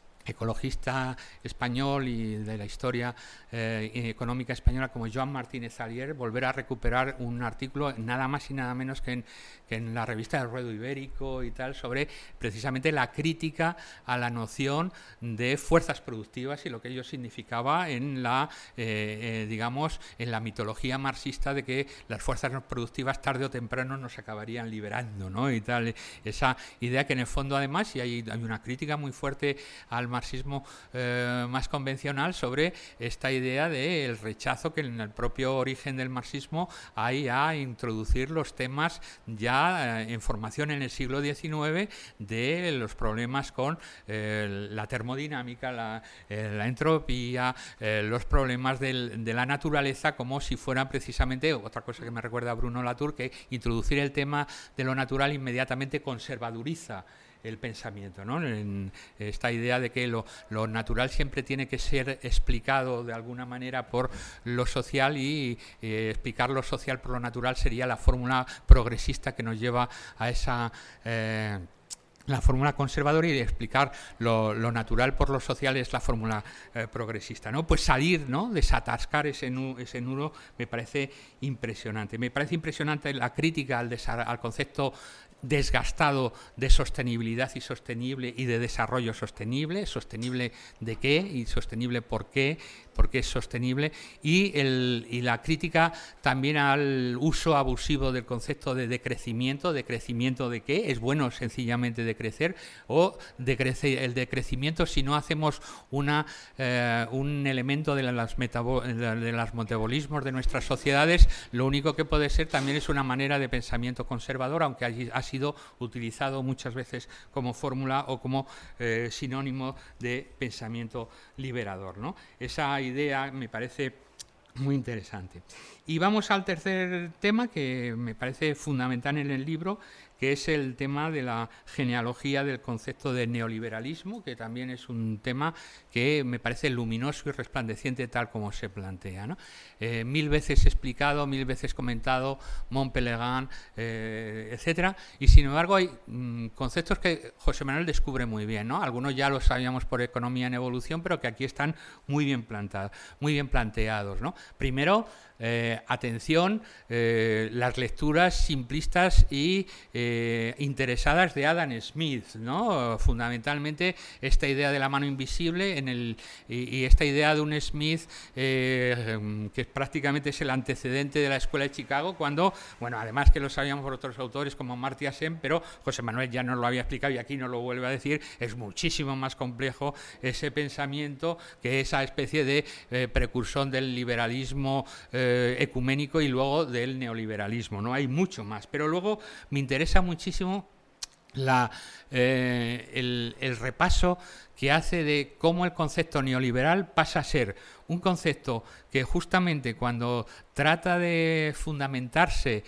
ecologista español y de la historia eh, económica española como Joan Martínez Alier, volver a recuperar un artículo nada más y nada menos que en, que en la revista del Ruedo Ibérico y tal, sobre precisamente la crítica a la noción de fuerzas productivas y lo que ello significaba en la eh, eh, digamos en la mitología marxista de que las fuerzas productivas tarde o temprano nos acabarían liberando, ¿no? Y tal, esa idea que en el fondo además, y hay, hay una crítica muy fuerte al marxismo eh, más convencional sobre esta idea del rechazo que en el propio origen del marxismo hay a introducir los temas ya eh, en formación en el siglo diecinueve de los problemas con eh, la termodinámica, la, eh, la entropía, eh, los problemas del, de la naturaleza, como si fueran precisamente, otra cosa que me recuerda a Bruno Latour, que introducir el tema de lo natural inmediatamente conservaduriza el pensamiento, ¿no? En esta idea de que lo, lo natural siempre tiene que ser explicado de alguna manera por lo social y eh, explicar lo social por lo natural sería la fórmula progresista que nos lleva a esa eh, la fórmula conservadora, y de explicar lo, lo natural por lo social es la fórmula eh, progresista, ¿no? Pues salir, ¿no? Desatascar ese, nu ese nudo me parece impresionante. Me parece impresionante la crítica al, al concepto desgastado de sostenibilidad y sostenible y de desarrollo sostenible. ¿Sostenible de qué? Y sostenible por qué, por qué es sostenible. Y, el, y la crítica también al uso abusivo del concepto de decrecimiento. ¿Decrecimiento de qué? ¿Es bueno sencillamente decrecer? ¿O decrece, el decrecimiento si no hacemos una, eh, un elemento de, las metabo, de los metabolismos de nuestras sociedades? Lo único que puede ser también es una manera de pensamiento conservador, aunque allí ha sido utilizado muchas veces como fórmula o como eh, sinónimo de pensamiento liberador, ¿no? Esa idea me parece muy interesante. Y vamos al tercer tema que me parece fundamental en el libro, que es el tema de la genealogía del concepto de neoliberalismo, que también es un tema que me parece luminoso y resplandeciente tal como se plantea, ¿no? Eh, mil veces explicado, mil veces comentado, Montpellerin, eh, etcétera, y sin embargo hay mmm, conceptos que José Manuel descubre muy bien, ¿no? Algunos ya los sabíamos por Economía en Evolución, pero que aquí están muy bien plantados, muy bien planteados, ¿no? Primero, Eh, atención, eh, las lecturas simplistas y eh, interesadas de Adam Smith, ¿no? Fundamentalmente esta idea de la mano invisible en el, y, y esta idea de un Smith eh, que prácticamente es el antecedente de la Escuela de Chicago, cuando, bueno, además que lo sabíamos por otros autores como Amartya Sen, pero José Manuel ya nos lo había explicado y aquí nos lo vuelve a decir, es muchísimo más complejo ese pensamiento que esa especie de eh, precursor del liberalismo eh, ecuménico y luego del neoliberalismo, ¿no? Hay mucho más, pero luego me interesa muchísimo la, eh, el, el repaso que hace de cómo el concepto neoliberal pasa a ser un concepto que justamente cuando trata de fundamentarse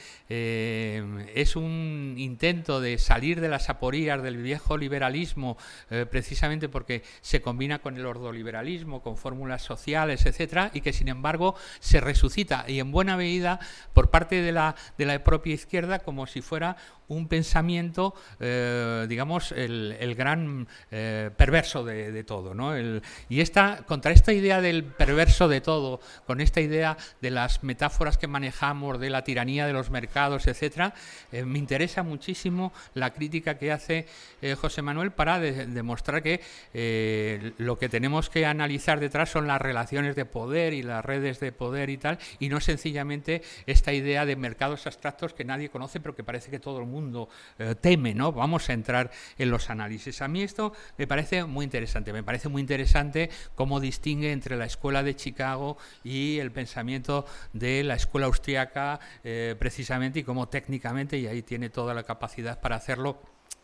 eh, es un intento de salir de las aporías del viejo liberalismo, eh, precisamente porque se combina con el ordoliberalismo, con fórmulas sociales, etcétera, y que sin embargo se resucita, y en buena medida por parte de la, de la propia izquierda, como si fuera un pensamiento, eh, digamos, el, el gran eh, perverso de, de todo, ¿no? El, y esta, contra esta idea del perverso de todo, con esta idea de las metáforas que manejamos, de la tiranía de los mercados, etcétera, eh, me interesa muchísimo la crítica que hace eh, José Manuel para de, demostrar que eh, lo que tenemos que analizar detrás son las relaciones de poder y las redes de poder y tal, y no sencillamente esta idea de mercados abstractos que nadie conoce, pero que parece que todo el mundo eh, teme, ¿no? Vamos a entrar en los análisis. A mí esto me parece muy interesante, me parece muy interesante cómo distingue entre la escuela de Chicago y el pensamiento de la escuela austriaca, eh, precisamente, y cómo técnicamente, y ahí tiene toda la capacidad para hacerlo,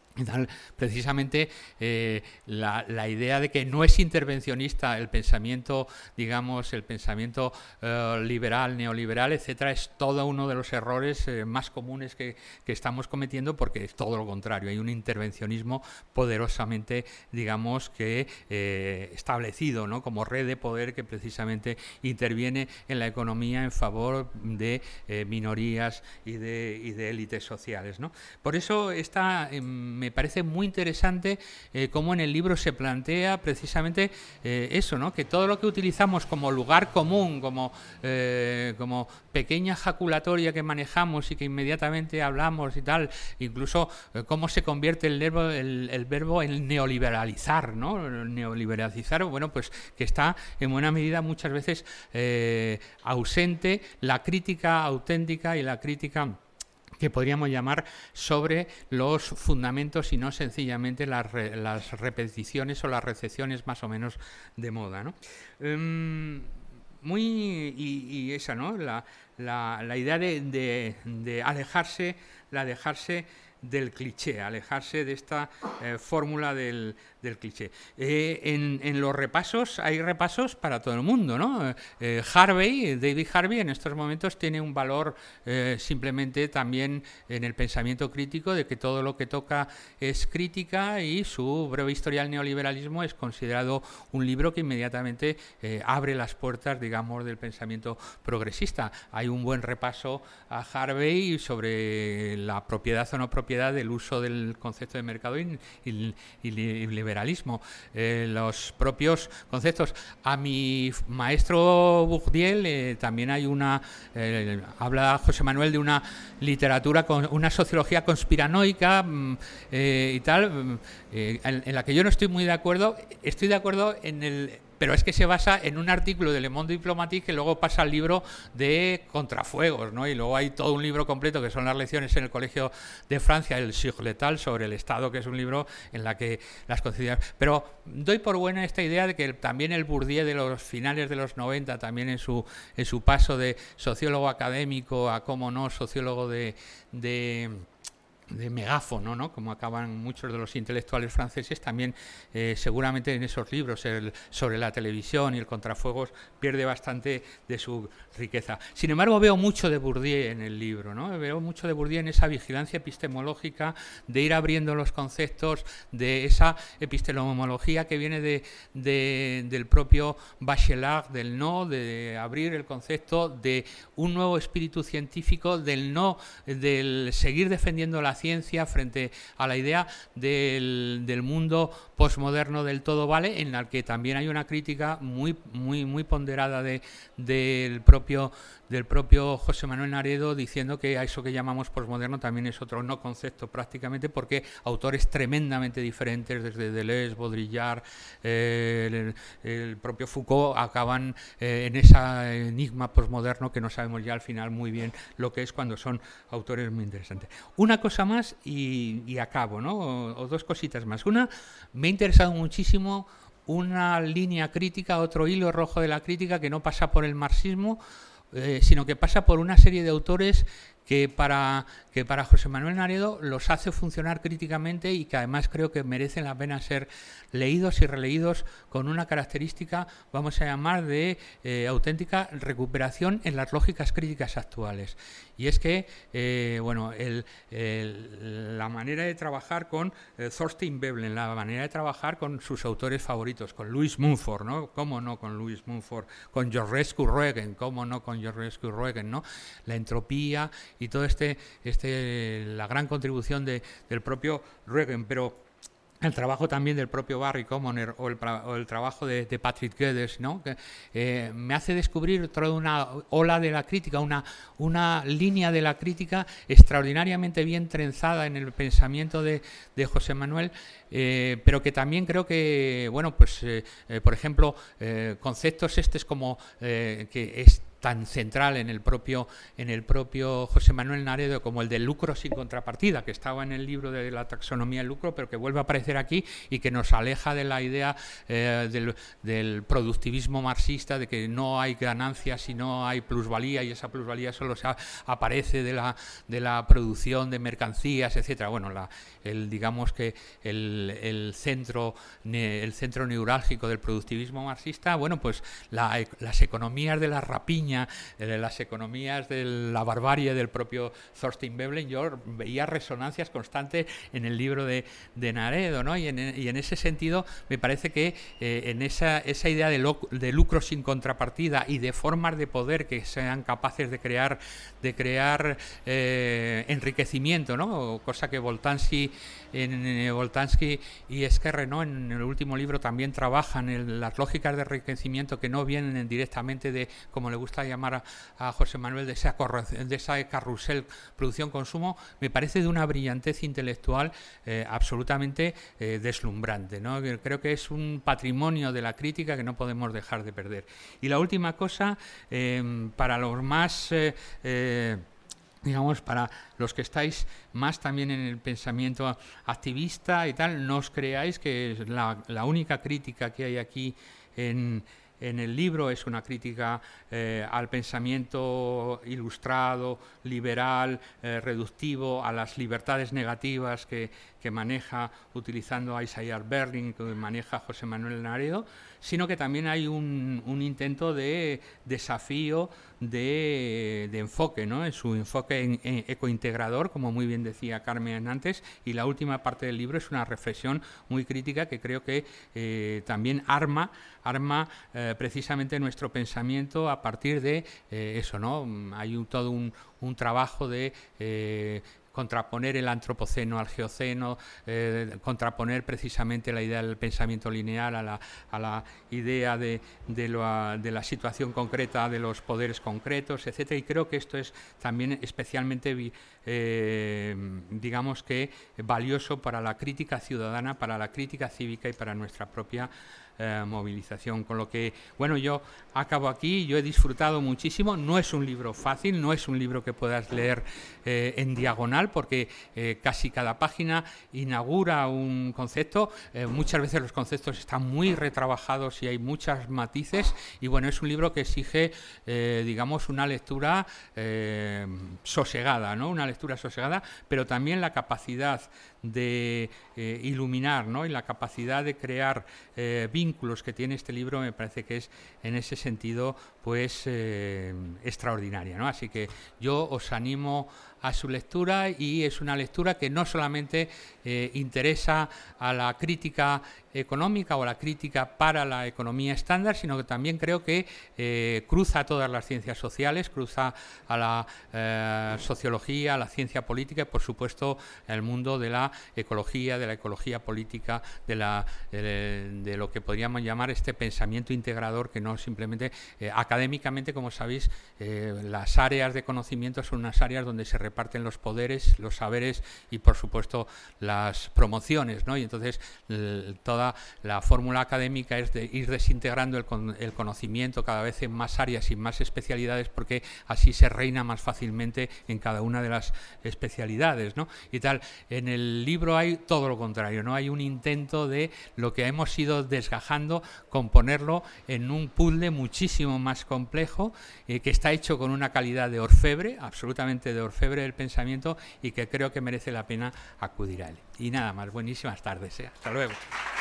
precisamente eh, la, la idea de que no es intervencionista el pensamiento, digamos, el pensamiento eh, liberal, neoliberal, etcétera, es todo uno de los errores eh, más comunes que, que estamos cometiendo, porque es todo lo contrario, hay un intervencionismo poderosamente, digamos, que eh, establecido, ¿no? Como red de poder que precisamente interviene en la economía en favor de eh, minorías y de, y de élites sociales, ¿no? Por eso esta eh, me parece muy interesante eh, cómo en el libro se plantea precisamente eh, eso, ¿no? Que todo lo que utilizamos como lugar común, como, eh, como pequeña jaculatoria que manejamos y que inmediatamente hablamos y tal, incluso eh, cómo se convierte el verbo, el, el verbo en neoliberalizar, ¿no? Neoliberalizar, bueno, pues que está en buena medida muchas veces eh, ausente la crítica auténtica y la crítica que podríamos llamar sobre los fundamentos y no sencillamente las, re, las repeticiones o las recepciones más o menos de moda, ¿no? Um, muy y, y esa, ¿no? La, la, la idea de, de, de alejarse, la dejarse del cliché, alejarse de esta eh, fórmula del, del cliché. Eh, en, en los repasos hay repasos para todo el mundo, ¿no? Eh, Harvey, David Harvey, en estos momentos tiene un valor eh, simplemente también en el pensamiento crítico, de que todo lo que toca es crítica, y su breve historia del neoliberalismo es considerado un libro que inmediatamente eh, abre las puertas, digamos, del pensamiento progresista. Hay un buen repaso a Harvey sobre la propiedad o no propiedad propiedad del uso del concepto de mercado y, y, y liberalismo. Eh, los propios conceptos. A mi maestro Bourdieu eh, también hay una, eh, habla José Manuel de una literatura, con una sociología conspiranoica eh, y tal, eh, en, en la que yo no estoy muy de acuerdo. Estoy de acuerdo en el... Pero es que se basa en un artículo de Le Monde Diplomatique que luego pasa al libro de Contrafuegos, ¿no? Y luego hay todo un libro completo que son las lecciones en el Colegio de Francia, el Sur l'État, sobre el Estado, que es un libro en la que las consideraciones... Pero doy por buena esta idea de que también el Bourdieu de los finales de los noventa, también en su, en su paso de sociólogo académico a, cómo no, sociólogo de... de de megáfono, ¿no? Como acaban muchos de los intelectuales franceses, también eh, seguramente en esos libros el, sobre la televisión y el Contrafuegos pierde bastante de su riqueza. Sin embargo, veo mucho de Bourdieu en el libro, ¿no? Veo mucho de Bourdieu en esa vigilancia epistemológica, de ir abriendo los conceptos, de esa epistemología que viene de, de, del propio Bachelard, del no, de abrir el concepto de un nuevo espíritu científico, del no, del seguir defendiendo la ciencia frente a la idea del, del mundo posmoderno del todo vale, en la que también hay una crítica muy muy muy ponderada de, del propio del propio José Manuel Naredo, diciendo que a eso que llamamos posmoderno también es otro no concepto prácticamente, porque autores tremendamente diferentes, desde Deleuze, Baudrillard, eh, el, el propio Foucault, acaban eh, en ese enigma posmoderno que no sabemos ya al final muy bien lo que es, cuando son autores muy interesantes. Una cosa más y, y acabo, ¿no? O, o dos cositas más. Una, me ha interesado muchísimo una línea crítica, otro hilo rojo de la crítica que no pasa por el marxismo, eh, sino que pasa por una serie de autores que para, que para José Manuel Naredo los hace funcionar críticamente y que además creo que merecen la pena ser leídos y releídos, con una característica, vamos a llamar, de eh, auténtica recuperación en las lógicas críticas actuales. Y es que, eh, bueno, el, el, la manera de trabajar con eh, Thorstein Veblen, la manera de trabajar con sus autores favoritos, con Louis Mumford, ¿no? ¿Cómo no con Louis Mumford? Con Georges Courregen, ¿cómo no con Georges Courregen, ¿no? La entropía y todo este, este la gran contribución de, del propio Ruegen, pero el trabajo también del propio Barry Commoner o el, o el trabajo de, de Patrick Guedes, ¿no? Que eh, me hace descubrir toda una ola de la crítica, una, una línea de la crítica extraordinariamente bien trenzada en el pensamiento de, de José Manuel, eh, pero que también creo que, bueno, pues, eh, eh, por ejemplo, eh, conceptos estos como eh, que es tan central en el propio en el propio José Manuel Naredo, como el del lucro sin contrapartida, que estaba en el libro de la taxonomía del lucro, pero que vuelve a aparecer aquí y que nos aleja de la idea eh, del, del productivismo marxista, de que no hay ganancias si no hay plusvalía, y esa plusvalía solo se a, aparece de la de la producción de mercancías, etcétera. Bueno, la, el digamos que el, el centro el centro neurálgico del productivismo marxista, bueno, pues la, las economías de la rapiña, de las economías de la barbarie del propio Thorstein Veblen, yo veía resonancias constantes en el libro de, de Naredo, ¿no? Y en, y en ese sentido me parece que eh, en esa, esa idea de, lo, de lucro sin contrapartida y de formas de poder que sean capaces de crear de crear eh, enriquecimiento, ¿no? Cosa que Boltanski en, en Boltanski y Esquerre, ¿no? En el último libro también trabajan en las lógicas de enriquecimiento que no vienen directamente de, como le gusta llamar a, a José Manuel, de esa, de esa carrusel producción-consumo. Me parece de una brillantez intelectual eh, absolutamente eh, deslumbrante, ¿no? Creo que es un patrimonio de la crítica que no podemos dejar de perder. Y la última cosa, eh, para los más... Eh, eh, digamos, para los que estáis más también en el pensamiento activista y tal, no os creáis que la, la única crítica que hay aquí en, en el libro es una crítica eh, al pensamiento ilustrado, liberal, eh, reductivo, a las libertades negativas que, que maneja, utilizando a Isaiah Berlin, que maneja José Manuel Naredo, sino que también hay un, un intento de desafío de, de enfoque, ¿no? En su enfoque en, en ecointegrador, como muy bien decía Carmen antes, y la última parte del libro es una reflexión muy crítica que creo que eh, también arma, arma eh, precisamente nuestro pensamiento a partir de eh, eso, ¿no? Hay un, todo un, un trabajo de eh, contraponer el antropoceno al geoceno, eh, contraponer precisamente la idea del pensamiento lineal a la, a la idea de, de, lo, de la situación concreta de los poderes concretos, etcétera. Y creo que esto es también especialmente, eh, digamos que, valioso para la crítica ciudadana, para la crítica cívica y para nuestra propia Eh, movilización, con lo que, bueno, yo acabo aquí, yo he disfrutado muchísimo, no es un libro fácil, no es un libro que puedas leer eh, en diagonal, porque eh, casi cada página inaugura un concepto, eh, muchas veces los conceptos están muy retrabajados y hay muchos matices, y bueno, es un libro que exige, eh, digamos, una lectura eh, sosegada, ¿no? Una lectura sosegada, pero también la capacidad de eh, iluminar, ¿no? Y la capacidad de crear eh, vínculos que tiene este libro me parece que es en ese sentido pues eh, extraordinaria, ¿no? Así que yo os animo a su lectura, y es una lectura que no solamente eh, interesa a la crítica económica o a la crítica para la economía estándar, sino que también creo que eh, cruza todas las ciencias sociales, cruza a la eh, sociología, a la ciencia política y, por supuesto, el mundo de la ecología, de la ecología política, de, la, de, de lo que podríamos llamar este pensamiento integrador, que no simplemente eh, académicamente, como sabéis, eh, las áreas de conocimiento son unas áreas donde se reparten los poderes, los saberes y, por supuesto, las promociones, ¿no? Y entonces el, toda la fórmula académica es de ir desintegrando el, con, el conocimiento cada vez en más áreas y más especialidades, porque así se reina más fácilmente en cada una de las especialidades, ¿no? Y tal, en el libro hay todo lo contrario, ¿no? Hay un intento de lo que hemos ido desgajando, componerlo en un puzzle muchísimo más complejo, eh, que está hecho con una calidad de orfebre, absolutamente de orfebre del pensamiento, y que creo que merece la pena acudir a él. Y nada más, buenísimas tardes, ¿eh? Hasta luego.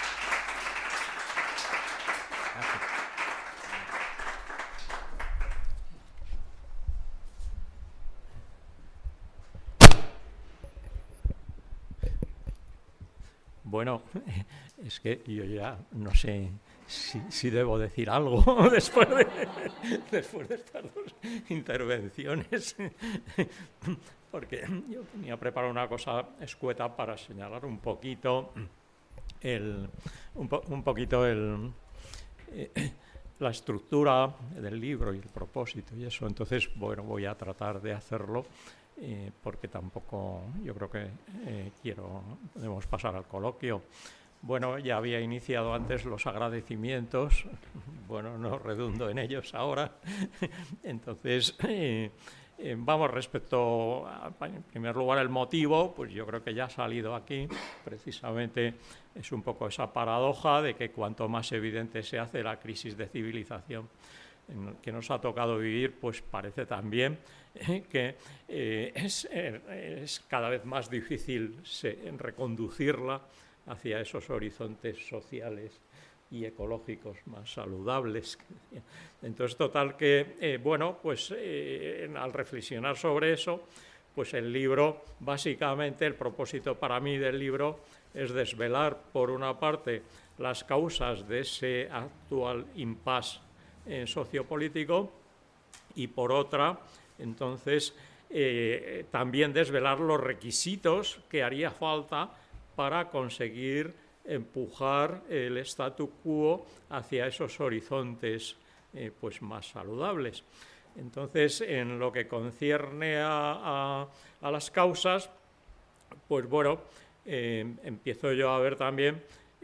Bueno, es que yo ya no sé si, si debo decir algo después de, después de estas dos intervenciones, porque yo tenía preparado una cosa escueta para señalar un poquito el, un, po, un poquito el, eh, la estructura del libro y el propósito y eso. Entonces, bueno, voy a tratar de hacerlo. Eh, porque tampoco yo creo que eh, quiero, podemos pasar al coloquio. Bueno, ya había iniciado antes los agradecimientos, bueno, no redundo en ellos ahora. Entonces, eh, eh, vamos, respecto a, en primer lugar, el motivo, pues yo creo que ya ha salido aquí, precisamente es un poco esa paradoja de que cuanto más evidente se hace la crisis de civilización en que nos ha tocado vivir, pues parece también eh, que eh, es, eh, es cada vez más difícil se, reconducirla hacia esos horizontes sociales y ecológicos más saludables. Entonces, total que, eh, bueno, pues eh, al reflexionar sobre eso, pues el libro, básicamente el propósito para mí del libro es desvelar, por una parte, las causas de ese actual impasse Eh, sociopolítico, y por otra, entonces, eh, también desvelar los requisitos que haría falta para conseguir empujar el statu quo hacia esos horizontes eh, pues más saludables. Entonces, en lo que concierne a, a, a las causas, pues bueno, eh, empiezo yo a ver también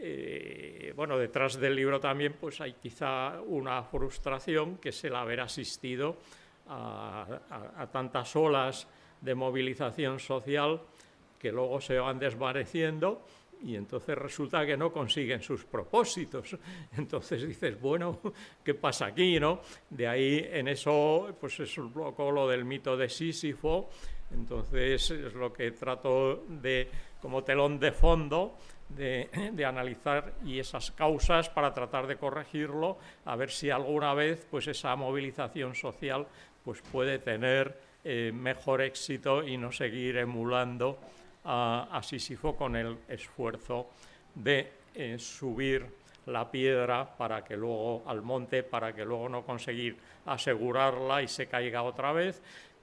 Eh, bueno, detrás del libro también pues hay quizá una frustración, que es el haber asistido a, a, a tantas olas de movilización social que luego se van desvaneciendo y entonces resulta que no consiguen sus propósitos. Entonces dices, bueno, ¿qué pasa aquí, no? De ahí, en eso, pues es un poco lo del mito de Sísifo. Entonces es lo que trato de, como telón de fondo, De, de analizar, y esas causas para tratar de corregirlo, a ver si alguna vez pues esa movilización social pues puede tener eh, mejor éxito y no seguir emulando a, a Sísifo con el esfuerzo de eh, subir la piedra para que luego al monte, para que luego no conseguir asegurarla y se caiga otra vez.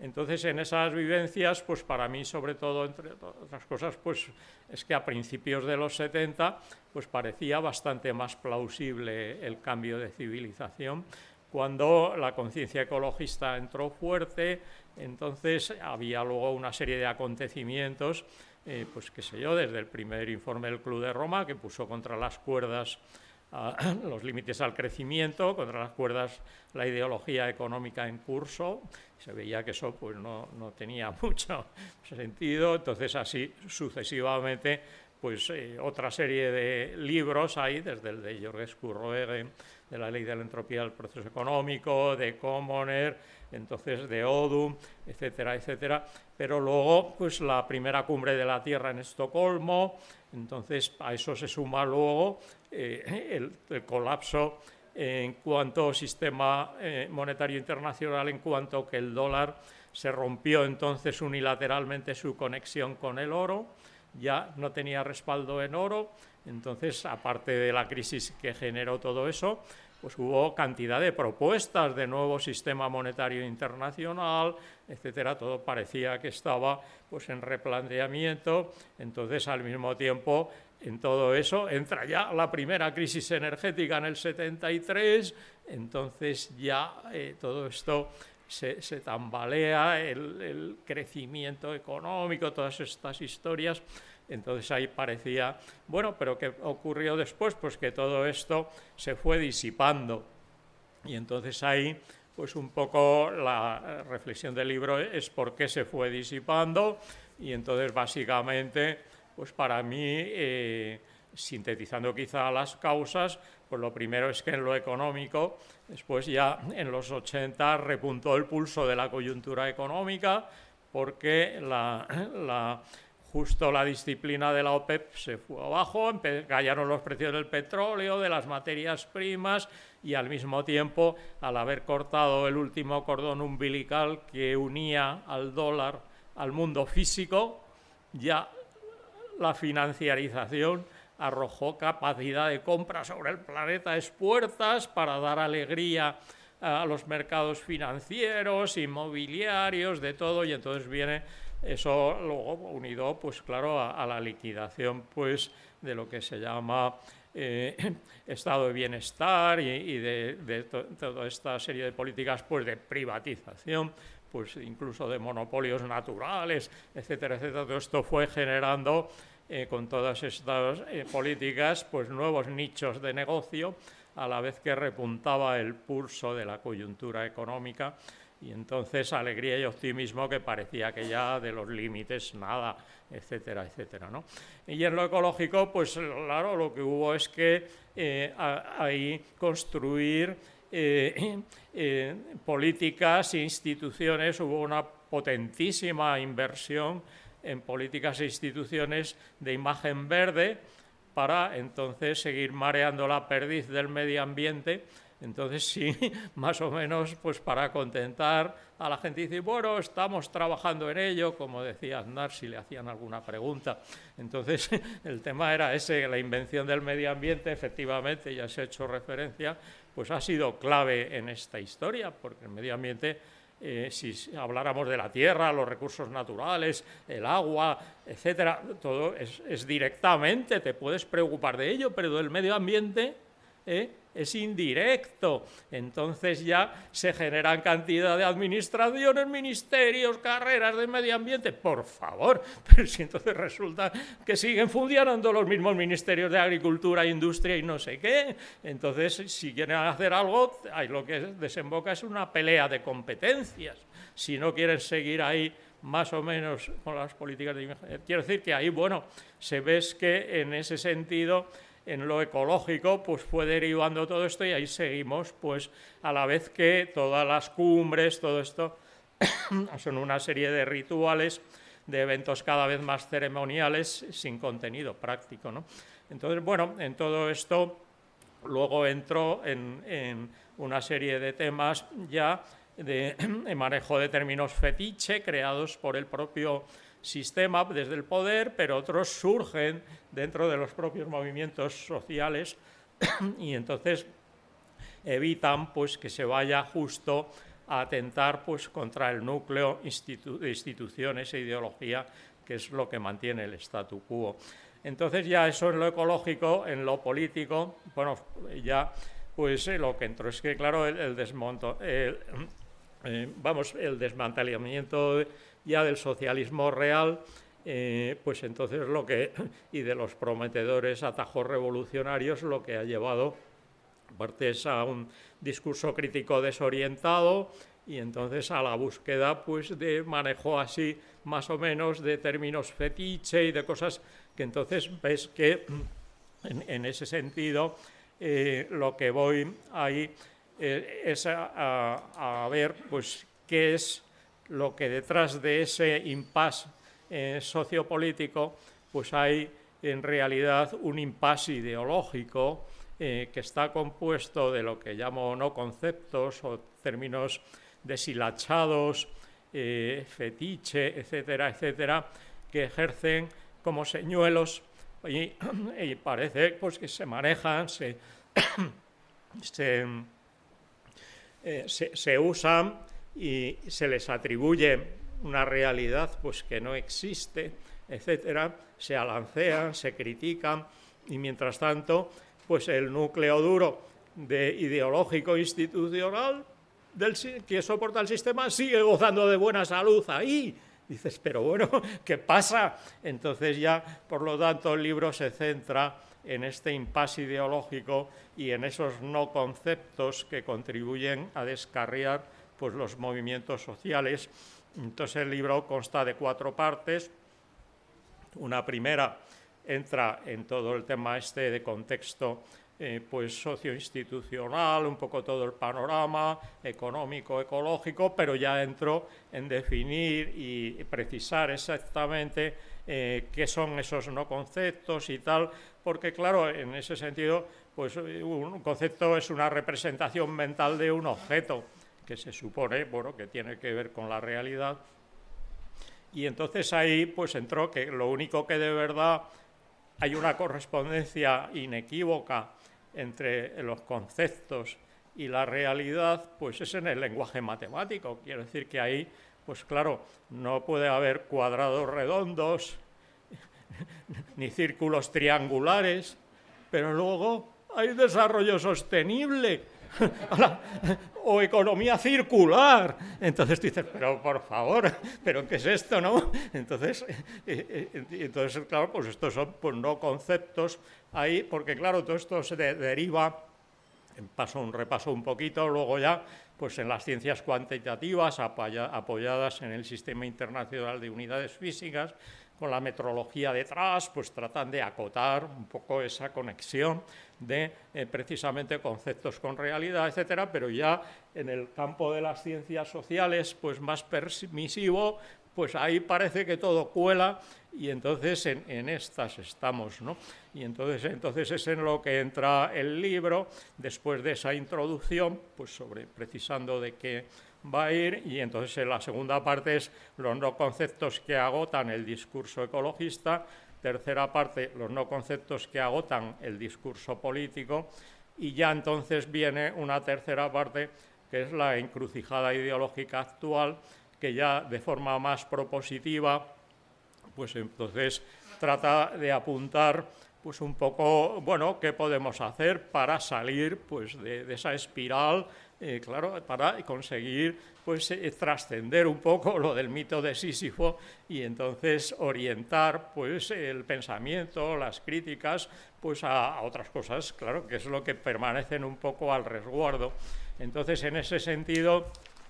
Entonces, en esas vivencias, pues para mí, sobre todo, entre otras cosas, pues es que a principios de los setenta, pues parecía bastante más plausible el cambio de civilización, cuando la conciencia ecologista entró fuerte. Entonces había luego una serie de acontecimientos, eh, pues qué sé yo, desde el primer informe del Club de Roma, que puso contra las cuerdas a los límites al crecimiento, contra las cuerdas la ideología económica en curso. Se veía que eso pues no, no tenía mucho sentido. Entonces así sucesivamente, pues eh, otra serie de libros hay, desde el de Georges Courroegen, de la ley de la entropía del proceso económico, de Commoner, entonces de Odum, etcétera, etcétera. Pero luego, pues la primera cumbre de la Tierra en Estocolmo, entonces a eso se suma luego eh, el, el colapso en cuanto al sistema eh, monetario internacional, en cuanto que el dólar se rompió entonces unilateralmente su conexión con el oro, ya no tenía respaldo en oro. Entonces, aparte de la crisis que generó todo eso, pues hubo cantidad de propuestas de nuevo sistema monetario internacional, etcétera. Todo parecía que estaba pues en replanteamiento. Entonces, al mismo tiempo, en todo eso entra ya la primera crisis energética en el setenta y tres. Entonces ya eh, todo esto se, se tambalea, el, el crecimiento económico, todas estas historias. Entonces ahí parecía, bueno, pero ¿qué ocurrió después? Pues que todo esto se fue disipando. Y entonces ahí, pues un poco la reflexión del libro es por qué se fue disipando. Y entonces básicamente, pues para mí, eh, sintetizando quizá las causas, pues lo primero es que en lo económico, después ya en los ochenta repuntó el pulso de la coyuntura económica, porque la... la justo la disciplina de la OPEP se fue abajo, cayeron los precios del petróleo, de las materias primas, y al mismo tiempo, al haber cortado el último cordón umbilical que unía al dólar al mundo físico, ya la financiarización arrojó capacidad de compra sobre el planeta espuertas para dar alegría a los mercados financieros, inmobiliarios, de todo, y entonces viene eso luego unido, pues claro, a, a la liquidación, pues, de lo que se llama eh, estado de bienestar y, y de, de to, toda esta serie de políticas, pues, de privatización, pues, incluso de monopolios naturales, etcétera, etcétera. Todo esto fue generando, eh, con todas estas eh, políticas, pues, nuevos nichos de negocio, a la vez que repuntaba el pulso de la coyuntura económica. Y entonces alegría y optimismo que parecía que ya de los límites nada, etcétera, etcétera, ¿no? Y en lo ecológico, pues claro, lo que hubo es que eh, ahí construir eh, eh, políticas e instituciones, hubo una potentísima inversión en políticas e instituciones de imagen verde para entonces seguir mareando la perdiz del medio ambiente. Entonces sí, más o menos, pues para contentar a la gente, dice, bueno, estamos trabajando en ello, como decía Aznar, si le hacían alguna pregunta. Entonces el tema era ese, la invención del medio ambiente, efectivamente, ya se ha hecho referencia, pues ha sido clave en esta historia, porque el medio ambiente, eh, si habláramos de la tierra, los recursos naturales, el agua, etcétera, todo es, es directamente, te puedes preocupar de ello, pero del medio ambiente... ¿eh? es indirecto. Entonces ya se generan cantidad de administraciones, ministerios, carreras de medio ambiente. Por favor, pero si entonces resulta que siguen funcionando los mismos ministerios de agricultura, industria y no sé qué. Entonces, si quieren hacer algo, ahí lo que desemboca es una pelea de competencias. Si no quieren seguir ahí más o menos con las políticas de... Quiero decir que ahí, bueno, se ve que en ese sentido... En lo ecológico, pues fue derivando todo esto y ahí seguimos, pues a la vez que todas las cumbres, todo esto, son una serie de rituales, de eventos cada vez más ceremoniales, sin contenido práctico, ¿no? Entonces, bueno, en todo esto luego entró en, en una serie de temas ya de, de manejo de términos fetiche, creados por el propio sistema desde el poder, pero otros surgen dentro de los propios movimientos sociales y entonces evitan pues que se vaya justo a atentar pues, contra el núcleo institu de instituciones e ideología, que es lo que mantiene el statu quo. Entonces ya eso en lo ecológico, en lo político, bueno, ya pues eh, lo que entró es que, claro, el, el desmonto, el, eh, vamos, el desmantelamiento ya del socialismo real, eh, pues entonces lo que, y de los prometedores atajos revolucionarios, lo que ha llevado aparte es a un discurso crítico desorientado y entonces a la búsqueda pues de manejo así más o menos de términos fetiche y de cosas que entonces ves que en, en ese sentido eh, lo que voy ahí eh, es a, a, a ver pues qué es lo que detrás de ese impasse eh, sociopolítico pues hay en realidad un impasse ideológico eh, que está compuesto de lo que llamo no conceptos o términos deshilachados, eh, fetiche, etcétera, etcétera, que ejercen como señuelos y, y parece pues, que se manejan, se, se, eh, se, se usan y se les atribuye una realidad pues, que no existe, etcétera, se alancean, se critican y mientras tanto pues el núcleo duro de ideológico institucional del, que soporta el sistema sigue gozando de buena salud ahí. Dices, pero bueno, ¿qué pasa? Entonces ya, por lo tanto, el libro se centra en este impasse ideológico y en esos no conceptos que contribuyen a descarriar pues, los movimientos sociales. Entonces el libro consta de cuatro partes. Una primera entra en todo el tema este de contexto eh, pues socioinstitucional, un poco todo el panorama económico, ecológico, pero ya entró en definir y precisar exactamente eh, qué son esos no conceptos y tal, porque claro, en ese sentido, pues un concepto es una representación mental de un objeto que se supone, bueno, que tiene que ver con la realidad. Y entonces ahí pues entró que lo único que de verdad hay una correspondencia inequívoca entre los conceptos y la realidad, pues es en el lenguaje matemático. Quiero decir que ahí, pues claro, no puede haber cuadrados redondos ni círculos triangulares, pero luego hay desarrollo sostenible o economía circular. Entonces tú dices, pero por favor, ¿pero qué es esto, no? Entonces, eh, eh, entonces claro, pues estos son pues, no conceptos ahí, porque claro, todo esto se de, deriva, paso un repaso un poquito, luego ya, pues en las ciencias cuantitativas apoya, apoyadas en el Sistema Internacional de Unidades Físicas, con la metrología detrás, pues tratan de acotar un poco esa conexión de eh, precisamente conceptos con realidad, etcétera, pero ya en el campo de las ciencias sociales, pues más permisivo, pues ahí parece que todo cuela y entonces en, en estas estamos, ¿no? Y entonces, entonces es en lo que entra el libro, después de esa introducción, pues sobre precisando de qué va a ir, y entonces en la segunda parte es los no conceptos que agotan el discurso ecologista, tercera parte los no conceptos que agotan el discurso político, y ya entonces viene una tercera parte que es la encrucijada ideológica actual, que ya de forma más propositiva, pues entonces trata de apuntar pues un poco, bueno, qué podemos hacer para salir pues de, de esa espiral, eh, claro, para conseguir pues eh, trascender un poco lo del mito de Sísifo y entonces orientar pues el pensamiento, las críticas, pues a, a otras cosas, claro, que es lo que permanecen un poco al resguardo. Entonces, en ese sentido,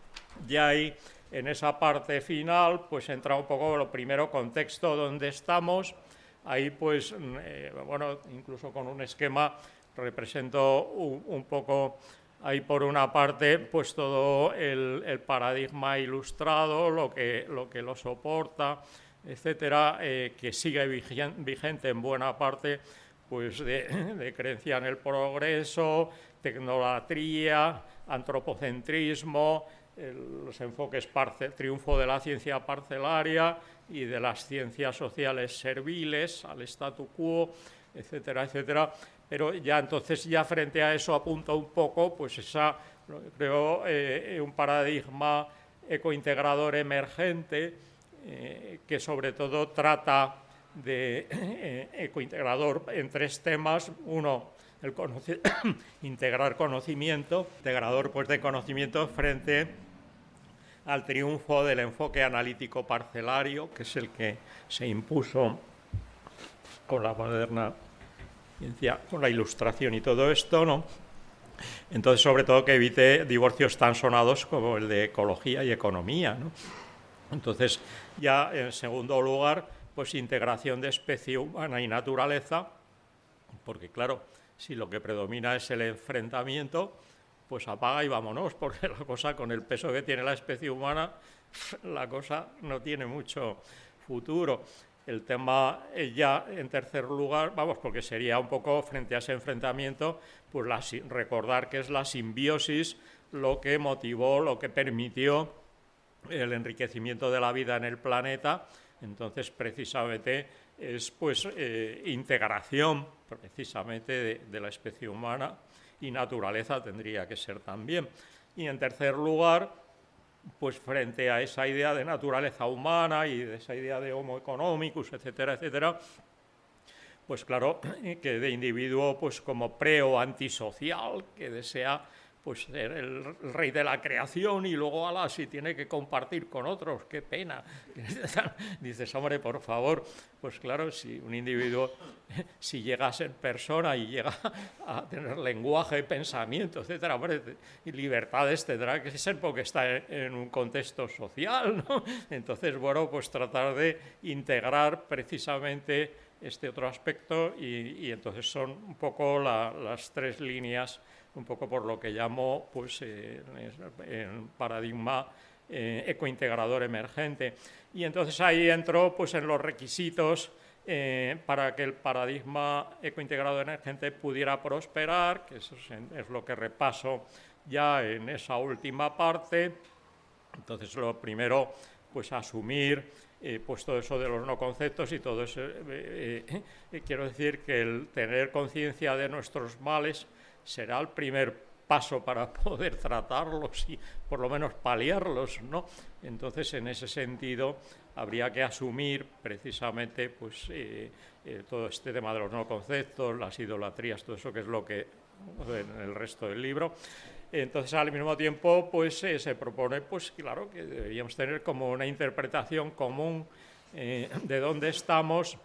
ya hay en esa parte final, pues entra un poco lo primero, contexto donde estamos. Ahí, pues, eh, bueno, incluso con un esquema represento un, un poco, ahí por una parte, pues todo el, el paradigma ilustrado, lo que, lo que lo soporta, etcétera, eh, que sigue vigente en buena parte, pues de, de creencia en el progreso, tecnolatría, antropocentrismo, el, los enfoques parce, triunfo de la ciencia parcelaria y de las ciencias sociales serviles al statu quo, etcétera, etcétera. Pero ya entonces, ya frente a eso apunta un poco pues esa creo eh, un paradigma ecointegrador emergente eh, que sobre todo trata de eh, ecointegrador en tres temas. Uno, el conoci integrar conocimiento, integrador pues, de conocimiento frente al triunfo del enfoque analítico parcelario, que es el que se impuso con la moderna ciencia, con la ilustración y todo esto, ¿no? Entonces, sobre todo, que evite divorcios tan sonados como el de ecología y economía, ¿no? Entonces, ya en segundo lugar, pues integración de especie humana y naturaleza, porque claro, si lo que predomina es el enfrentamiento, pues apaga y vámonos, porque la cosa, con el peso que tiene la especie humana, la cosa no tiene mucho futuro. El tema ya en tercer lugar, vamos, porque sería un poco frente a ese enfrentamiento, pues la, recordar que es la simbiosis lo que motivó, lo que permitió el enriquecimiento de la vida en el planeta. Entonces, precisamente es pues eh, integración precisamente de, de la especie humana y naturaleza tendría que ser también. Y en tercer lugar, pues frente a esa idea de naturaleza humana y de esa idea de homo economicus, etcétera, etcétera, pues claro, que de individuo pues como pre o antisocial, que desea pues ser el rey de la creación y luego, ala, si tiene que compartir con otros, qué pena. Dices, hombre, por favor, pues claro, si un individuo, si llega a ser persona y llega a tener lenguaje, pensamiento, etcétera, hombre, y libertades tendrá que ser porque está en un contexto social, ¿no? Entonces, bueno, pues tratar de integrar precisamente este otro aspecto y, y entonces son un poco la, las tres líneas, un poco por lo que llamo pues, eh, el paradigma eh, ecointegrador emergente. Y entonces ahí entro pues, en los requisitos eh, para que el paradigma ecointegrador emergente pudiera prosperar, que eso es, es lo que repaso ya en esa última parte. Entonces lo primero, pues asumir eh, pues todo eso de los no conceptos y todo eso. Eh, eh, quiero decir que el tener conciencia de nuestros males será el primer paso para poder tratarlos y por lo menos paliarlos, ¿no? Entonces, en ese sentido, habría que asumir precisamente pues, eh, eh, todo este tema de los no conceptos, las idolatrías, todo eso que es lo que en el resto del libro. Entonces, al mismo tiempo, pues eh, se propone, pues claro, que deberíamos tener como una interpretación común eh, de dónde estamos,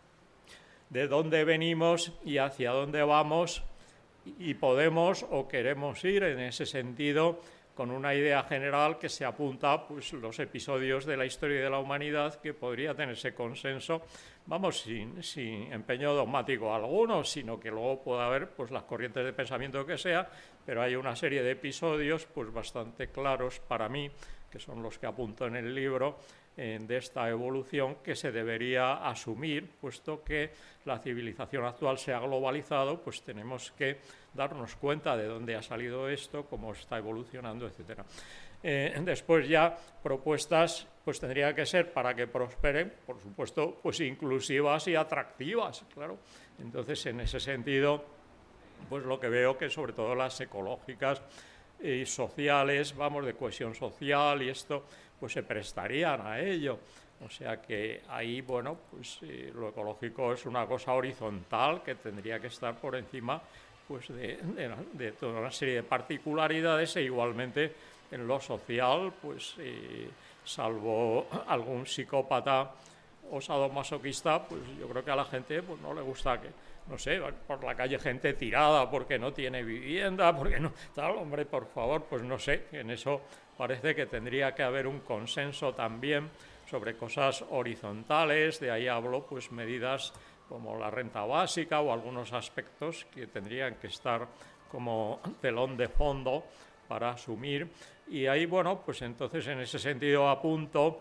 de dónde venimos y hacia dónde vamos, y podemos o queremos ir en ese sentido con una idea general que se apunta pues los episodios de la historia de la humanidad que podría tenerse consenso, vamos, sin, sin empeño dogmático alguno, sino que luego pueda haber pues las corrientes de pensamiento que sea, pero hay una serie de episodios pues bastante claros para mí, que son los que apunto en el libro, eh, de esta evolución que se debería asumir, puesto que la civilización actual se ha globalizado, pues tenemos que darnos cuenta de dónde ha salido esto, cómo está evolucionando, etcétera. Eh, después ya propuestas pues tendría que ser para que prosperen, por supuesto, pues inclusivas y atractivas, claro. Entonces, en ese sentido, pues lo que veo que sobre todo las ecológicas y sociales, vamos, de cohesión social y esto, pues se prestarían a ello. O sea que ahí, bueno, pues eh, lo ecológico es una cosa horizontal que tendría que estar por encima pues de, de, de toda una serie de particularidades, e igualmente en lo social, pues eh, salvo algún psicópata o sadomasoquista, pues yo creo que a la gente pues no le gusta que, no sé, por la calle gente tirada porque no tiene vivienda, porque no, tal, hombre, por favor, pues no sé, en eso parece que tendría que haber un consenso también sobre cosas horizontales, de ahí hablo pues medidas como la renta básica o algunos aspectos que tendrían que estar como telón de fondo para asumir, y ahí, bueno, pues entonces en ese sentido apunto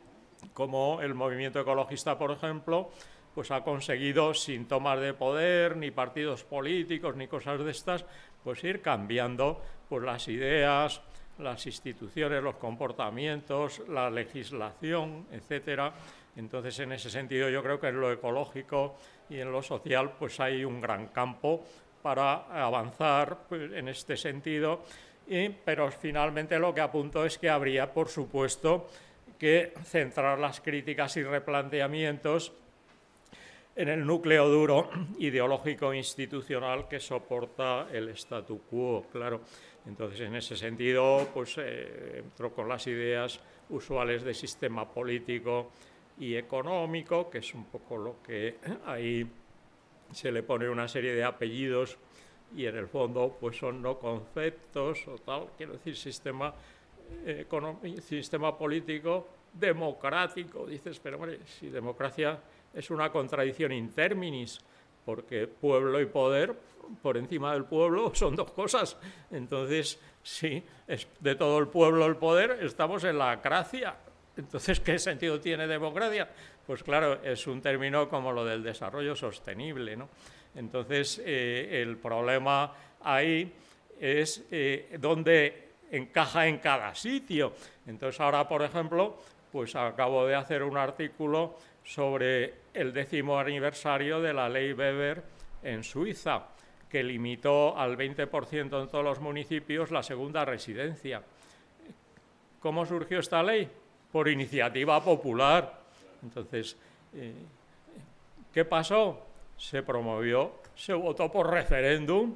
como el movimiento ecologista, por ejemplo, pues ha conseguido, sin tomas de poder, ni partidos políticos, ni cosas de estas, pues ir cambiando pues las ideas, las instituciones, los comportamientos, la legislación, etcétera. Entonces, en ese sentido, yo creo que en lo ecológico y en lo social, pues hay un gran campo para avanzar pues, en este sentido. y, pero finalmente lo que apuntó es que habría, por supuesto, que centrar las críticas y replanteamientos en el núcleo duro ideológico institucional que soporta el statu quo, claro. Entonces, en ese sentido, pues eh, entró con las ideas usuales de sistema político y económico, que es un poco lo que ahí se le pone una serie de apellidos y en el fondo pues son no conceptos o tal, quiero decir, sistema, eh, sistema político democrático. Dices, pero hombre, si democracia es una contradicción in terminis, porque pueblo y poder por encima del pueblo son dos cosas. Entonces, si es de todo el pueblo el poder, estamos en la acracia. Entonces, ¿qué sentido tiene democracia? Pues claro, es un término como lo del desarrollo sostenible, ¿no? Entonces, eh, el problema ahí es eh, dónde encaja en cada sitio. Entonces, ahora, por ejemplo, pues acabo de hacer un artículo sobre el décimo aniversario de la ley Weber en Suiza, que limitó al veinte por ciento en todos los municipios la segunda residencia. ¿Cómo surgió esta ley? Por iniciativa popular. Entonces, eh, ¿qué pasó? Se promovió, se votó por referéndum.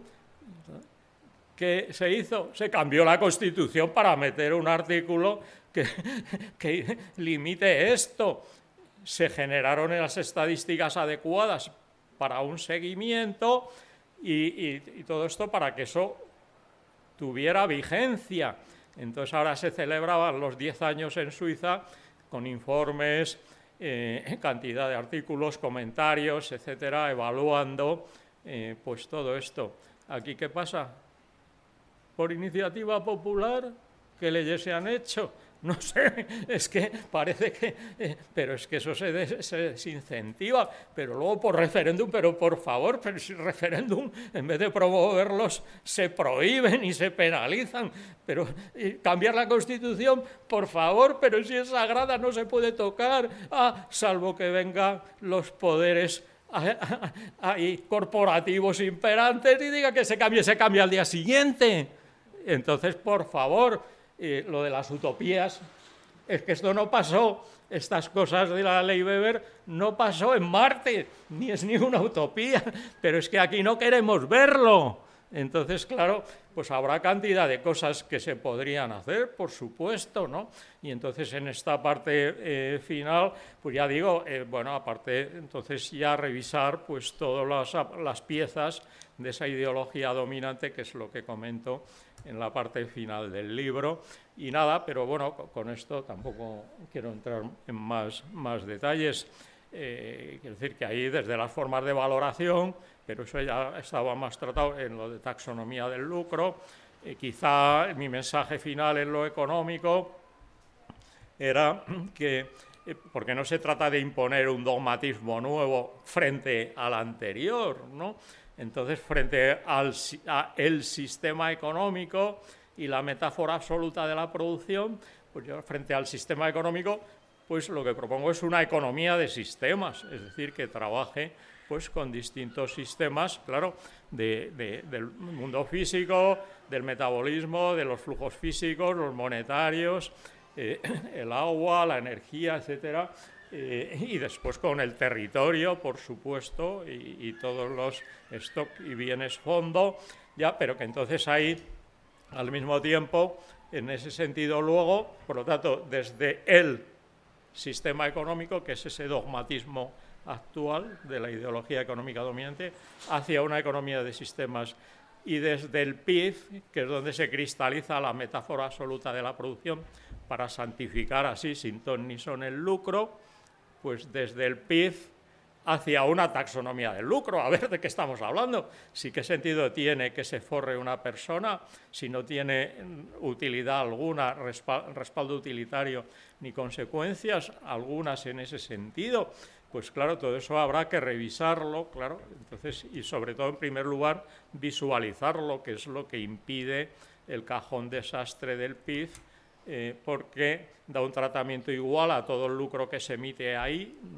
¿Qué se hizo? Se cambió la Constitución para meter un artículo que, que limite esto. Se generaron las estadísticas adecuadas para un seguimiento y, y, y todo esto para que eso tuviera vigencia. Entonces ahora se celebraban los diez años en Suiza con informes, eh, cantidad de artículos, comentarios, etcétera, evaluando eh, pues todo esto. ¿Aquí qué pasa? Por iniciativa popular, ¿qué leyes se han hecho? No sé, es que parece que... Eh, pero es que eso se, des, se desincentiva, pero luego por referéndum, pero por favor, pero si referéndum, en vez de promoverlos, se prohíben y se penalizan, pero eh, cambiar la Constitución, por favor, pero si es sagrada no se puede tocar, ah, salvo que vengan los poderes ahí corporativos imperantes y diga que se cambie, se cambia al día siguiente. Entonces, por favor... Eh, lo de las utopías, es que esto no pasó, estas cosas de la ley Weber no pasó en Marte, ni es ni una utopía, pero es que aquí no queremos verlo. Entonces, claro, pues habrá cantidad de cosas que se podrían hacer, por supuesto, ¿no? Y entonces en esta parte eh, final, pues ya digo, eh, bueno, aparte, entonces ya revisar pues todas las, las piezas de esa ideología dominante, que es lo que comento en la parte final del libro. Y nada, pero bueno, con esto tampoco quiero entrar en más, más detalles. Eh, quiero decir que ahí desde las formas de valoración, pero eso ya estaba más tratado en lo de taxonomía del lucro, eh, quizá mi mensaje final en lo económico era que, eh, porque no se trata de imponer un dogmatismo nuevo frente al anterior, ¿no? Entonces, frente al a el sistema económico y la metáfora absoluta de la producción, pues yo frente al sistema económico, pues lo que propongo es una economía de sistemas, es decir, que trabaje pues con distintos sistemas, claro, de, de, del mundo físico, del metabolismo, de los flujos físicos, los monetarios, eh, el agua, la energía, etcétera, eh, y después con el territorio, por supuesto, y, y todos los stock y bienes fondo, ya, pero que entonces ahí, al mismo tiempo, en ese sentido luego, por lo tanto, desde el sistema económico, que es ese dogmatismo actual de la ideología económica dominante, hacia una economía de sistemas, y desde el P I B, que es donde se cristaliza la metáfora absoluta de la producción, para santificar así sin ton ni son el lucro, pues desde el P I B hacia una taxonomía del lucro. A ver de qué estamos hablando. Si qué sentido tiene que se forre una persona si no tiene utilidad alguna, respaldo utilitario ni consecuencias algunas en ese sentido. Pues claro, todo eso habrá que revisarlo, claro, entonces, y sobre todo, en primer lugar, visualizarlo, que es lo que impide el cajón desastre del P I B, eh, porque da un tratamiento igual a todo el lucro que se emite ahí, ¿no?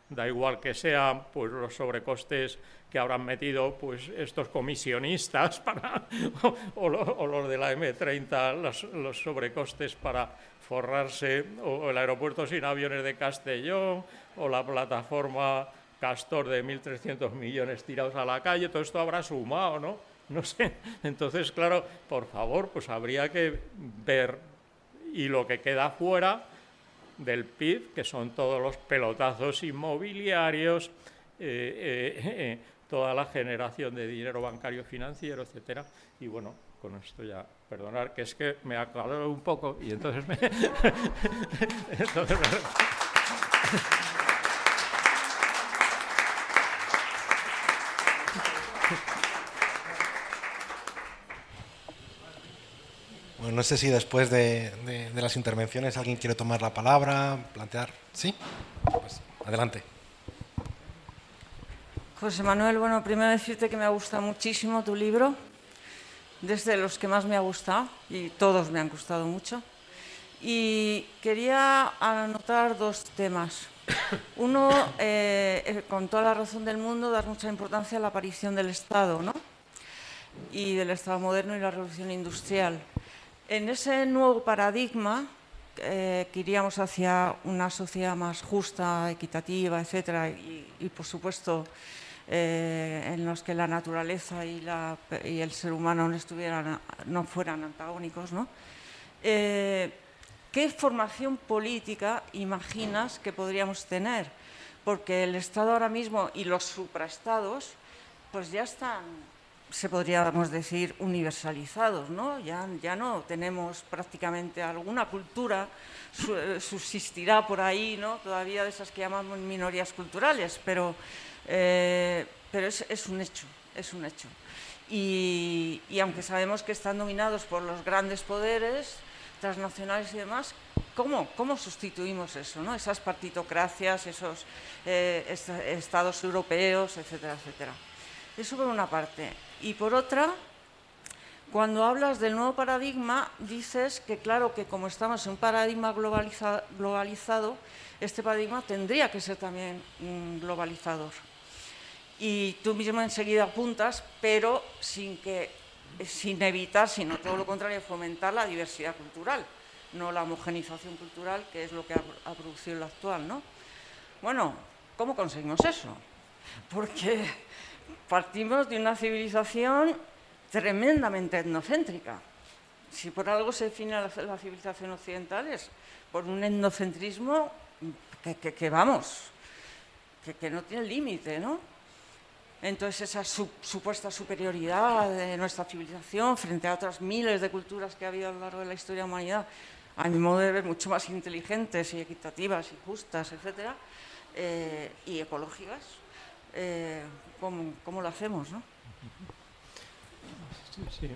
da igual que sean pues los sobrecostes que habrán metido pues estos comisionistas para, o, o, lo, o los de la eme treinta, los, los sobrecostes para forrarse, o, o el aeropuerto sin aviones de Castellón, o la plataforma Castor de mil trescientos millones tirados a la calle, todo esto habrá sumado, ¿no? No sé. Entonces, claro, por favor, pues habría que ver, y lo que queda fuera del P I B, que son todos los pelotazos inmobiliarios, eh, eh, eh, toda la generación de dinero bancario financiero, etcétera. Y bueno, con esto ya, perdonar, que es que me aclaró un poco y entonces me... entonces me... Bueno, no sé si después de, de, de las intervenciones alguien quiere tomar la palabra, plantear... ¿Sí? Pues adelante. José Manuel, bueno, primero decirte que me ha gustado muchísimo tu libro, desde los que más me ha gustado, y todos me han gustado mucho. Y quería anotar dos temas. Uno, eh, con toda la razón del mundo, dar mucha importancia a la aparición del Estado, ¿no? Y del Estado moderno y la revolución industrial. En ese nuevo paradigma, eh, que iríamos hacia una sociedad más justa, equitativa, etcétera, y, y por supuesto, eh, en los que la naturaleza y, la, y el ser humano no, estuvieran, no fueran antagónicos, ¿no? Eh, ¿Qué formación política imaginas que podríamos tener? Porque el Estado ahora mismo y los supraestados, pues ya están, se podríamos decir, universalizados, ¿no? Ya, ya no tenemos prácticamente alguna cultura, su, subsistirá por ahí, ¿no? Todavía de esas que llamamos minorías culturales, pero, eh, pero es, es un hecho, es un hecho. Y, y aunque sabemos que están dominados por los grandes poderes transnacionales y demás, ¿cómo, cómo sustituimos eso, ¿no? Esas partitocracias, esos eh, est estados europeos, etcétera, etcétera? Eso por una parte. Y por otra, cuando hablas del nuevo paradigma, dices que claro que como estamos en un paradigma globaliza globalizado, este paradigma tendría que ser también un globalizador. Y tú mismo enseguida apuntas, pero sin, que, sin evitar, sino todo lo contrario, fomentar la diversidad cultural, no la homogenización cultural, que es lo que ha, ha producido el actual, ¿no? Bueno, ¿cómo conseguimos eso? Porque partimos de una civilización tremendamente etnocéntrica. Si por algo se define la, la civilización occidental es por un etnocentrismo que, que, que vamos, que, que no tiene límite, ¿no? Entonces esa su, supuesta superioridad de nuestra civilización frente a otras miles de culturas que ha habido a lo largo de la historia de la humanidad, a mi modo de ver mucho más inteligentes y equitativas y justas, etcétera, eh, y ecológicas, eh, ¿cómo, ¿cómo lo hacemos, no? Sí, sí.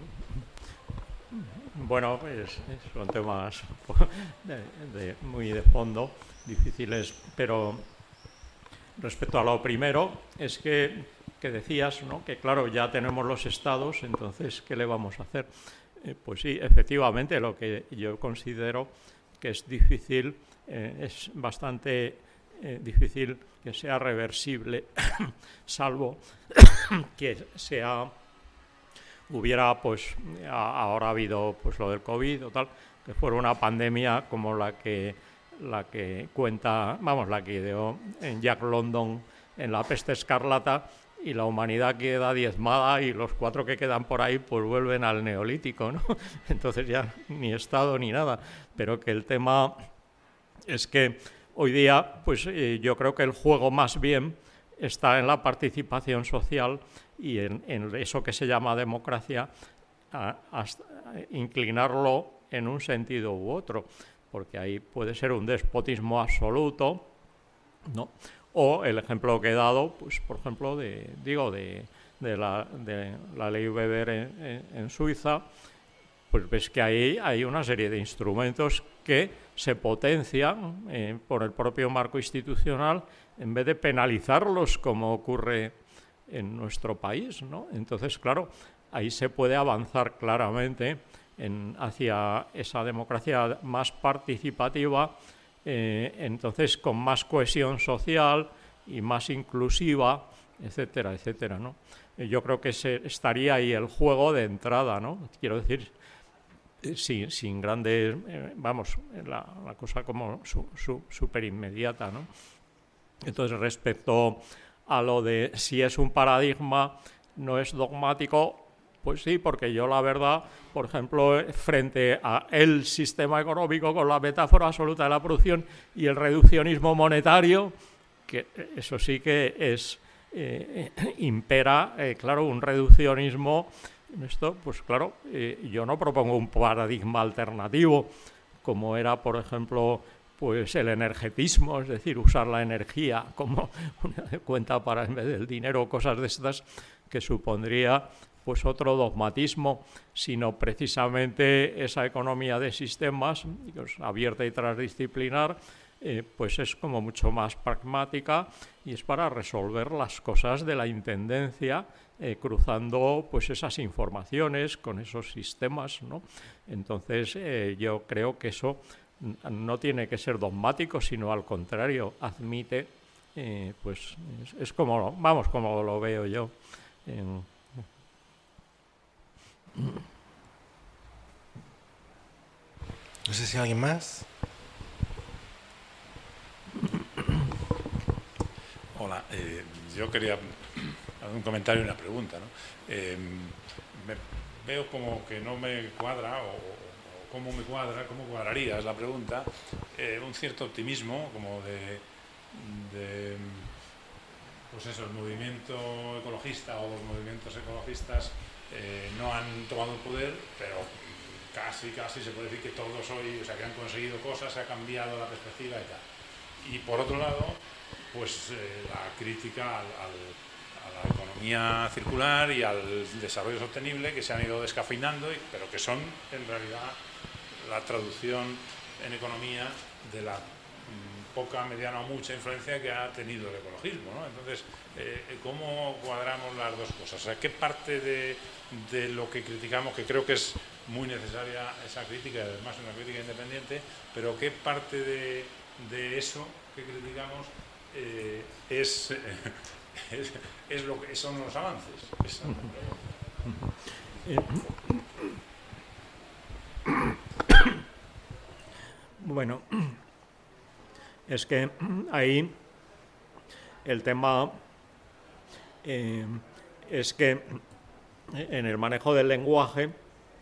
Bueno, es, son temas de, de, muy de fondo, difíciles, pero respecto a lo primero, es que, que decías, ¿no? Que claro, ya tenemos los estados, entonces, ¿qué le vamos a hacer? Eh, pues sí, efectivamente, lo que yo considero que es difícil, eh, es bastante eh, difícil que sea reversible, salvo que sea... hubiera, pues, a, ahora ha habido pues lo del COVID o tal, que fuera una pandemia como la que, la que cuenta, vamos, la que ideó en Jack London en La peste escarlata, y la humanidad queda diezmada y los cuatro que quedan por ahí pues vuelven al neolítico, ¿no? Entonces ya ni Estado ni nada, pero que el tema es que hoy día, pues eh, yo creo que el juego más bien está en la participación social y en, en eso que se llama democracia, a, a, a inclinarlo en un sentido u otro, porque ahí puede ser un despotismo absoluto, ¿no? O el ejemplo que he dado, pues por ejemplo, de, digo, de, de, la, de la ley Weber en, en, en Suiza, pues ves que ahí hay una serie de instrumentos que se potencian eh, por el propio marco institucional en vez de penalizarlos como ocurre en nuestro país, ¿no? Entonces, claro, ahí se puede avanzar claramente en, hacia esa democracia más participativa, eh, entonces con más cohesión social y más inclusiva, etcétera, etcétera, ¿no? Yo creo que se, estaría ahí el juego de entrada, ¿no? Quiero decir, sin, sin grandes, eh, vamos, la, la cosa como súper su, su, inmediata, ¿no? Entonces, respecto a lo de si es un paradigma, no es dogmático, pues sí, porque yo la verdad, por ejemplo, frente a el sistema económico con la metáfora absoluta de la producción y el reduccionismo monetario, que eso sí que es, eh, impera, eh, claro, un reduccionismo, esto, pues claro, eh, yo no propongo un paradigma alternativo, como era, por ejemplo, pues el energetismo, es decir, usar la energía como una cuenta para en vez del dinero, cosas de estas, que supondría pues otro dogmatismo, sino precisamente esa economía de sistemas, pues, abierta y transdisciplinar, eh, pues es como mucho más pragmática y es para resolver las cosas de la intendencia, eh, cruzando pues esas informaciones con esos sistemas, ¿no? Entonces eh, yo creo que eso no tiene que ser dogmático, sino al contrario, admite, eh, pues es, es como, vamos, como lo veo yo. En, No sé si alguien más. Hola, eh, yo quería hacer un comentario y una pregunta, ¿no? Eh, me veo como que no me cuadra, o, o cómo me cuadra, cómo cuadraría, es la pregunta, eh, un cierto optimismo, como de, de, pues eso, el movimiento ecologista o los movimientos ecologistas eh, no han tomado el poder, pero casi, casi se puede decir que todos hoy, o sea, que han conseguido cosas, se ha cambiado la perspectiva y tal. Y por otro lado, pues eh, la crítica al, al, a la economía circular y al desarrollo sostenible, que se han ido descafeinando, y, pero que son en realidad la traducción en economía de la mmm, poca, mediana o mucha influencia que ha tenido el ecologismo, ¿no? Entonces, eh, ¿cómo cuadramos las dos cosas? O sea, ¿qué parte de, de lo que criticamos, que creo que es muy necesaria esa crítica, además una crítica independiente, pero qué parte de, de eso que criticamos eh, es, eh, es, es lo que son los avances? Esa es la Bueno, es que ahí el tema eh, es que en el manejo del lenguaje,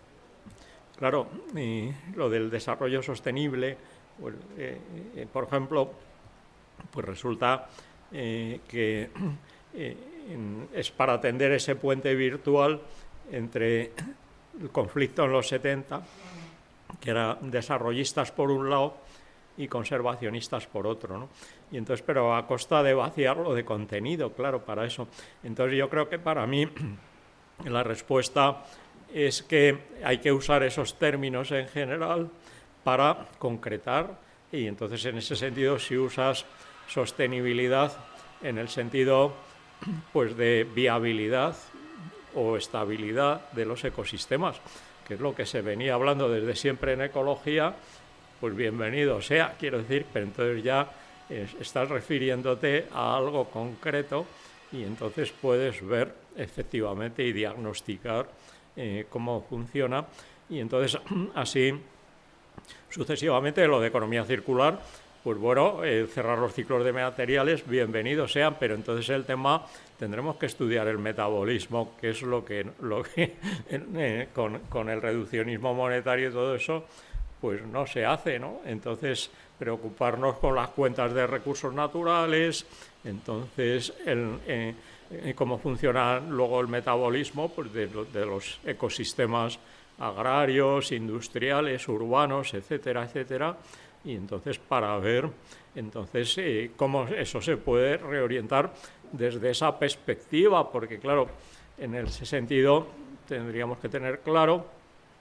claro, y lo del desarrollo sostenible, pues, eh, eh, por ejemplo, pues resulta eh, que eh, en, es para atender ese puente virtual entre el conflicto en los setenta, que era desarrollistas por un lado y conservacionistas por otro, ¿no? Y entonces, pero a costa de vaciarlo de contenido, claro, para eso. Entonces yo creo que para mí la respuesta es que hay que usar esos términos en general para concretar, y entonces en ese sentido si usas sostenibilidad en el sentido pues de viabilidad o estabilidad de los ecosistemas, que es lo que se venía hablando desde siempre en ecología, pues bienvenido sea, quiero decir, pero entonces ya es, estás refiriéndote a algo concreto y entonces puedes ver efectivamente y diagnosticar eh, cómo funciona, y entonces así sucesivamente. Lo de economía circular, pues bueno, eh, cerrar los ciclos de materiales, bienvenidos sean, pero entonces el tema, tendremos que estudiar el metabolismo, que es lo que, lo que eh, con, con el reduccionismo monetario y todo eso, pues no se hace, ¿no? Entonces, preocuparnos con las cuentas de recursos naturales, entonces, el, eh, eh, cómo funciona luego el metabolismo pues de, de los ecosistemas agrarios, industriales, urbanos, etcétera, etcétera, y entonces para ver entonces eh, cómo eso se puede reorientar desde esa perspectiva, porque claro, en ese sentido tendríamos que tener claro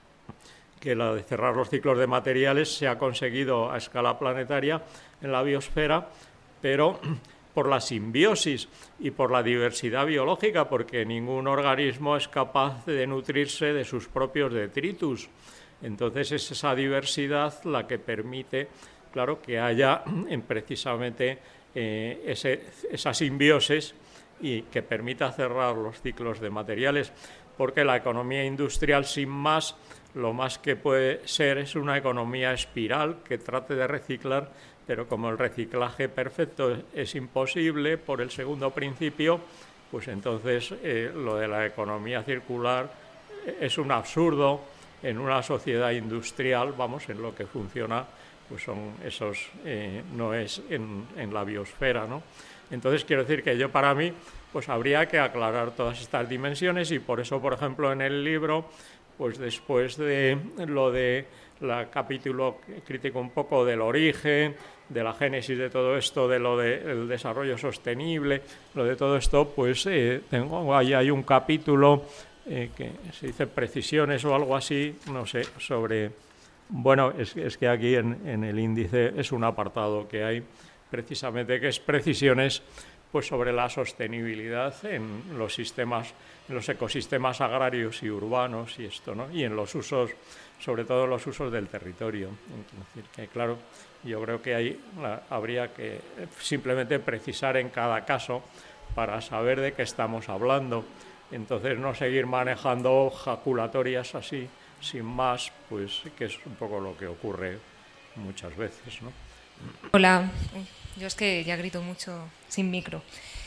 que la de cerrar los ciclos de materiales se ha conseguido a escala planetaria en la biosfera, pero por la simbiosis y por la diversidad biológica, porque ningún organismo es capaz de nutrirse de sus propios detritus. Entonces es esa diversidad la que permite, claro, que haya en precisamente eh, ese, esa simbiosis y que permita cerrar los ciclos de materiales, porque la economía industrial, sin más, lo más que puede ser es una economía espiral que trate de reciclar, pero como el reciclaje perfecto es imposible por el segundo principio, pues entonces eh, lo de la economía circular es un absurdo en una sociedad industrial, vamos, en lo que funciona, pues son esos, eh, no es en, en la biosfera, ¿no? Entonces quiero decir que yo para mí, pues habría que aclarar todas estas dimensiones y por eso, por ejemplo, en el libro, pues después de lo de la capítulo crítico un poco del origen, de la génesis de todo esto, de lo del desarrollo sostenible, lo de todo esto, pues eh, tengo ahí hay un capítulo eh, que se dice precisiones o algo así, no sé, sobre, bueno, es, es que aquí en, en el índice es un apartado que hay precisamente que es precisiones pues sobre la sostenibilidad en los sistemas, en los ecosistemas agrarios y urbanos y esto, ¿no? Y en los usos, sobre todo los usos del territorio. Es decir, que claro, yo creo que ahí la, habría que simplemente precisar en cada caso para saber de qué estamos hablando. Entonces no seguir manejando jaculatorias así, sin más, pues que es un poco lo que ocurre muchas veces, ¿no? Hola, yo es que ya grito mucho sin micro.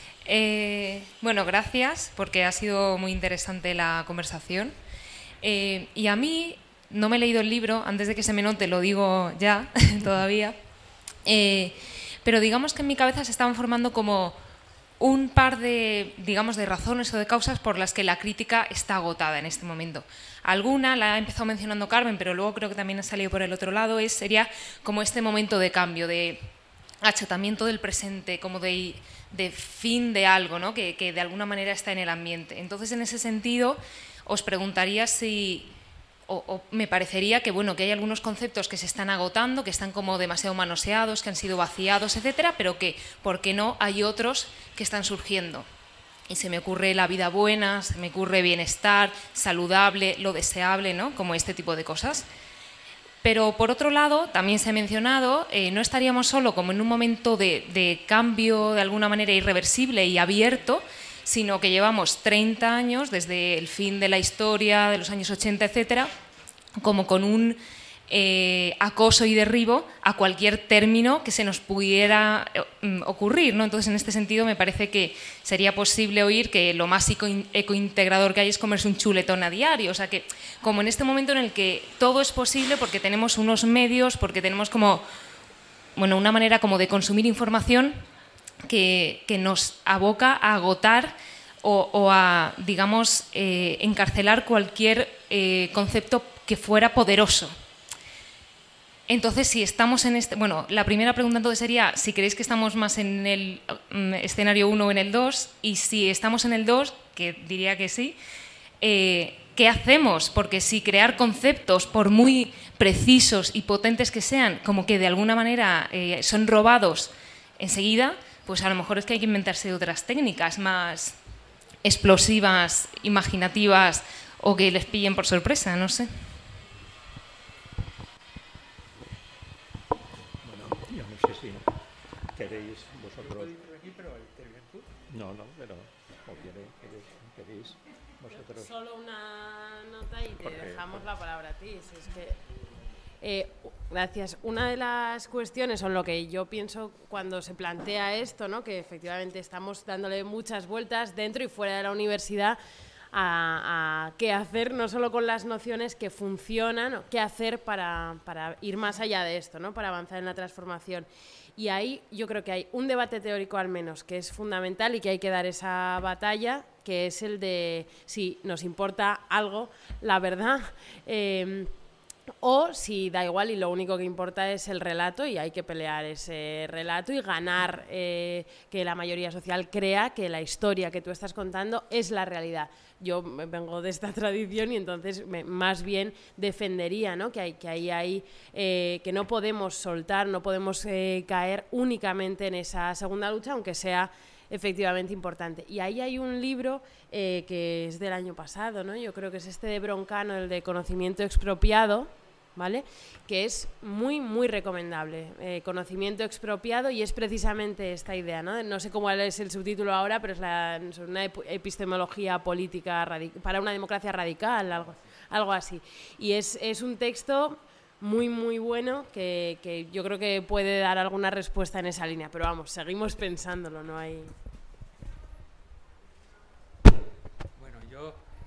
Eh, bueno, gracias porque ha sido muy interesante la conversación. Eh, y a mí, no me he leído el libro, antes de que se me note lo digo ya, todavía, eh, pero digamos que en mi cabeza se estaban formando como un par de, digamos, de razones o de causas por las que la crítica está agotada en este momento. Alguna la ha empezado mencionando Carmen, pero luego creo que también ha salido por el otro lado, es, sería como este momento de cambio, de achatamiento del presente, como de, de fin de algo, ¿no? que, que de alguna manera está en el ambiente. Entonces, en ese sentido, os preguntaría si, o, o me parecería que, bueno, que hay algunos conceptos que se están agotando, que están como demasiado manoseados, que han sido vaciados, etcétera, pero que, ¿por qué no?, hay otros que están surgiendo. Y se me ocurre la vida buena, se me ocurre bienestar, saludable, lo deseable, ¿no?, como este tipo de cosas. Pero, por otro lado, también se ha mencionado, eh, no estaríamos solo como en un momento de, de cambio de alguna manera irreversible y abierto, sino que llevamos treinta años, desde el fin de la historia, de los años ochenta, etcétera, como con un eh, acoso y derribo a cualquier término que se nos pudiera eh, ocurrir, ¿no? Entonces, en este sentido, me parece que sería posible oír que lo más ecointegrador que hay es comerse un chuletón a diario. O sea, que como en este momento en el que todo es posible porque tenemos unos medios, porque tenemos como, bueno, una manera como de consumir información que, que nos aboca a agotar o, o a, digamos, eh, encarcelar cualquier eh, concepto que fuera poderoso. Entonces, si estamos en este... Bueno, la primera pregunta entonces sería si creéis que estamos más en el um, escenario uno o en el dos, y si estamos en el dos, que diría que sí, eh, ¿qué hacemos? Porque si crear conceptos, por muy precisos y potentes que sean, como que de alguna manera eh, son robados enseguida, pues a lo mejor es que hay que inventarse otras técnicas más explosivas, imaginativas, o que les pillen por sorpresa, no sé. ¿Queréis vosotros? No, no, pero ¿o queréis, queréis vosotros? Solo una nota y te Porque, dejamos la palabra a ti. Si es que, eh, gracias. Una de las cuestiones, o lo que yo pienso cuando se plantea esto, ¿no?, que efectivamente estamos dándole muchas vueltas dentro y fuera de la universidad a, a qué hacer, no solo con las nociones que funcionan, o qué hacer para, para ir más allá de esto, ¿no?, para avanzar en la transformación. Y ahí yo creo que hay un debate teórico al menos que es fundamental y que hay que dar esa batalla, que es el de si nos importa algo la verdad eh, o si da igual y lo único que importa es el relato y hay que pelear ese relato y ganar eh, que la mayoría social crea que la historia que tú estás contando es la realidad. Yo vengo de esta tradición y entonces me, más bien defendería, ¿no?, que, hay, que ahí hay eh, que no podemos soltar, no podemos eh, caer únicamente en esa segunda lucha, aunque sea efectivamente importante. Y ahí hay un libro eh, que es del año pasado, ¿no?, yo creo que es este de Broncano, el de Conocimiento Expropiado, ¿vale? Que es muy, muy recomendable. Eh, conocimiento expropiado, y es precisamente esta idea, ¿no? No sé cómo es el subtítulo ahora, pero es la, una epistemología política para una democracia radical, algo, algo así. Y es, es un texto muy, muy bueno que, que yo creo que puede dar alguna respuesta en esa línea. Pero vamos, seguimos pensándolo, no hay... Bueno, yo,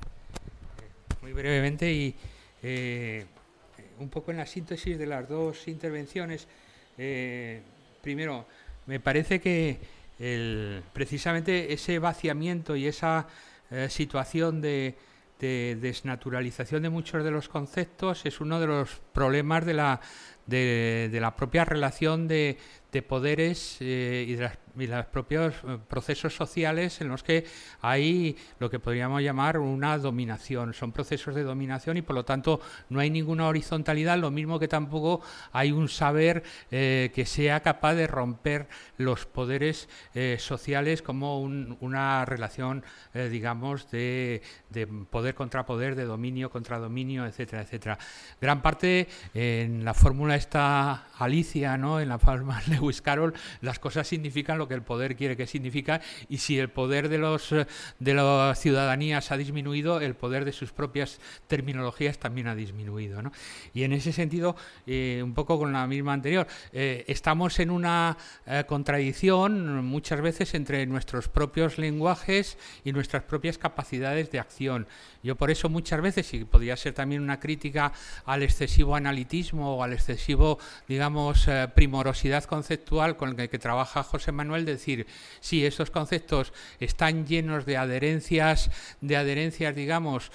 eh, muy brevemente y... Eh, un poco en la síntesis de las dos intervenciones. Eh, primero, me parece que el, precisamente ese vaciamiento y esa eh, situación de, de desnaturalización de muchos de los conceptos es uno de los problemas de la, de, de la propia relación de, de poderes eh, y de las y los propios procesos sociales en los que hay lo que podríamos llamar una dominación. Son procesos de dominación y por lo tanto no hay ninguna horizontalidad, lo mismo que tampoco hay un saber eh, que sea capaz de romper los poderes eh, sociales como un, una relación, eh, digamos, de, de poder contra poder, de dominio contra dominio, etcétera, etcétera. Gran parte eh, en la fórmula esta Alicia, ¿no? En la fórmula Lewis Carroll, las cosas significan lo que el poder quiere que significa, y si el poder de los de las ciudadanías ha disminuido, el poder de sus propias terminologías también ha disminuido, ¿no? Y en ese sentido, eh, un poco con la misma anterior, eh, estamos en una eh, contradicción muchas veces entre nuestros propios lenguajes y nuestras propias capacidades de acción. Yo por eso muchas veces, y podría ser también una crítica al excesivo analitismo o al excesivo, digamos, eh, primorosidad conceptual con el que trabaja José Manuel, decir, sí, estos conceptos están llenos de adherencias, de adherencias, digamos,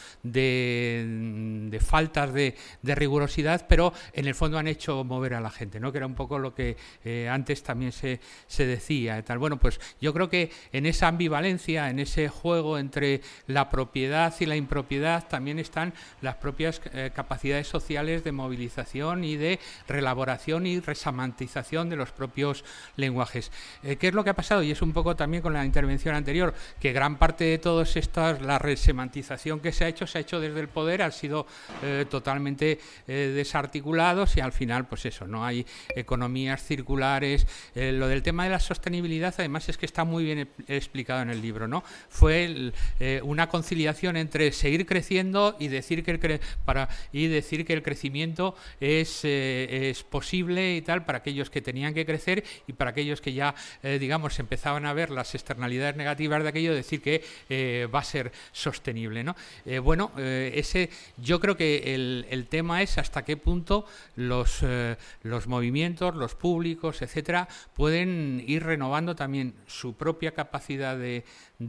de, de faltas de, de rigurosidad, pero en el fondo han hecho mover a la gente, ¿no? Que era un poco lo que eh, antes también se, se decía. Tal. Bueno, pues yo creo que en esa ambivalencia, en ese juego entre la propiedad y la impropiedad, también están las propias eh, capacidades sociales de movilización y de reelaboración y resemantización de los propios lenguajes. Eh, ¿Qué es lo que ha pasado? Y es un poco también con la intervención anterior, que gran parte de todas estas, la resemantización que se ha hecho, se ha hecho desde el poder, han sido eh, totalmente eh, desarticulados y al final, pues eso, no hay economías circulares. Eh, lo del tema de la sostenibilidad, además, es que está muy bien explicado en el libro, ¿no? Fue el, eh, una conciliación entre seguir creciendo y decir que el, cre para, y decir que el crecimiento es, eh, es posible y tal para aquellos que tenían que crecer y para aquellos que ya Eh, digamos, empezaban a ver las externalidades negativas de aquello, decir que eh, va a ser sostenible, ¿no? Eh, bueno, eh, ese, yo creo que el, el tema es hasta qué punto los, eh, los movimientos, los públicos, etcétera, pueden ir renovando también su propia capacidad de,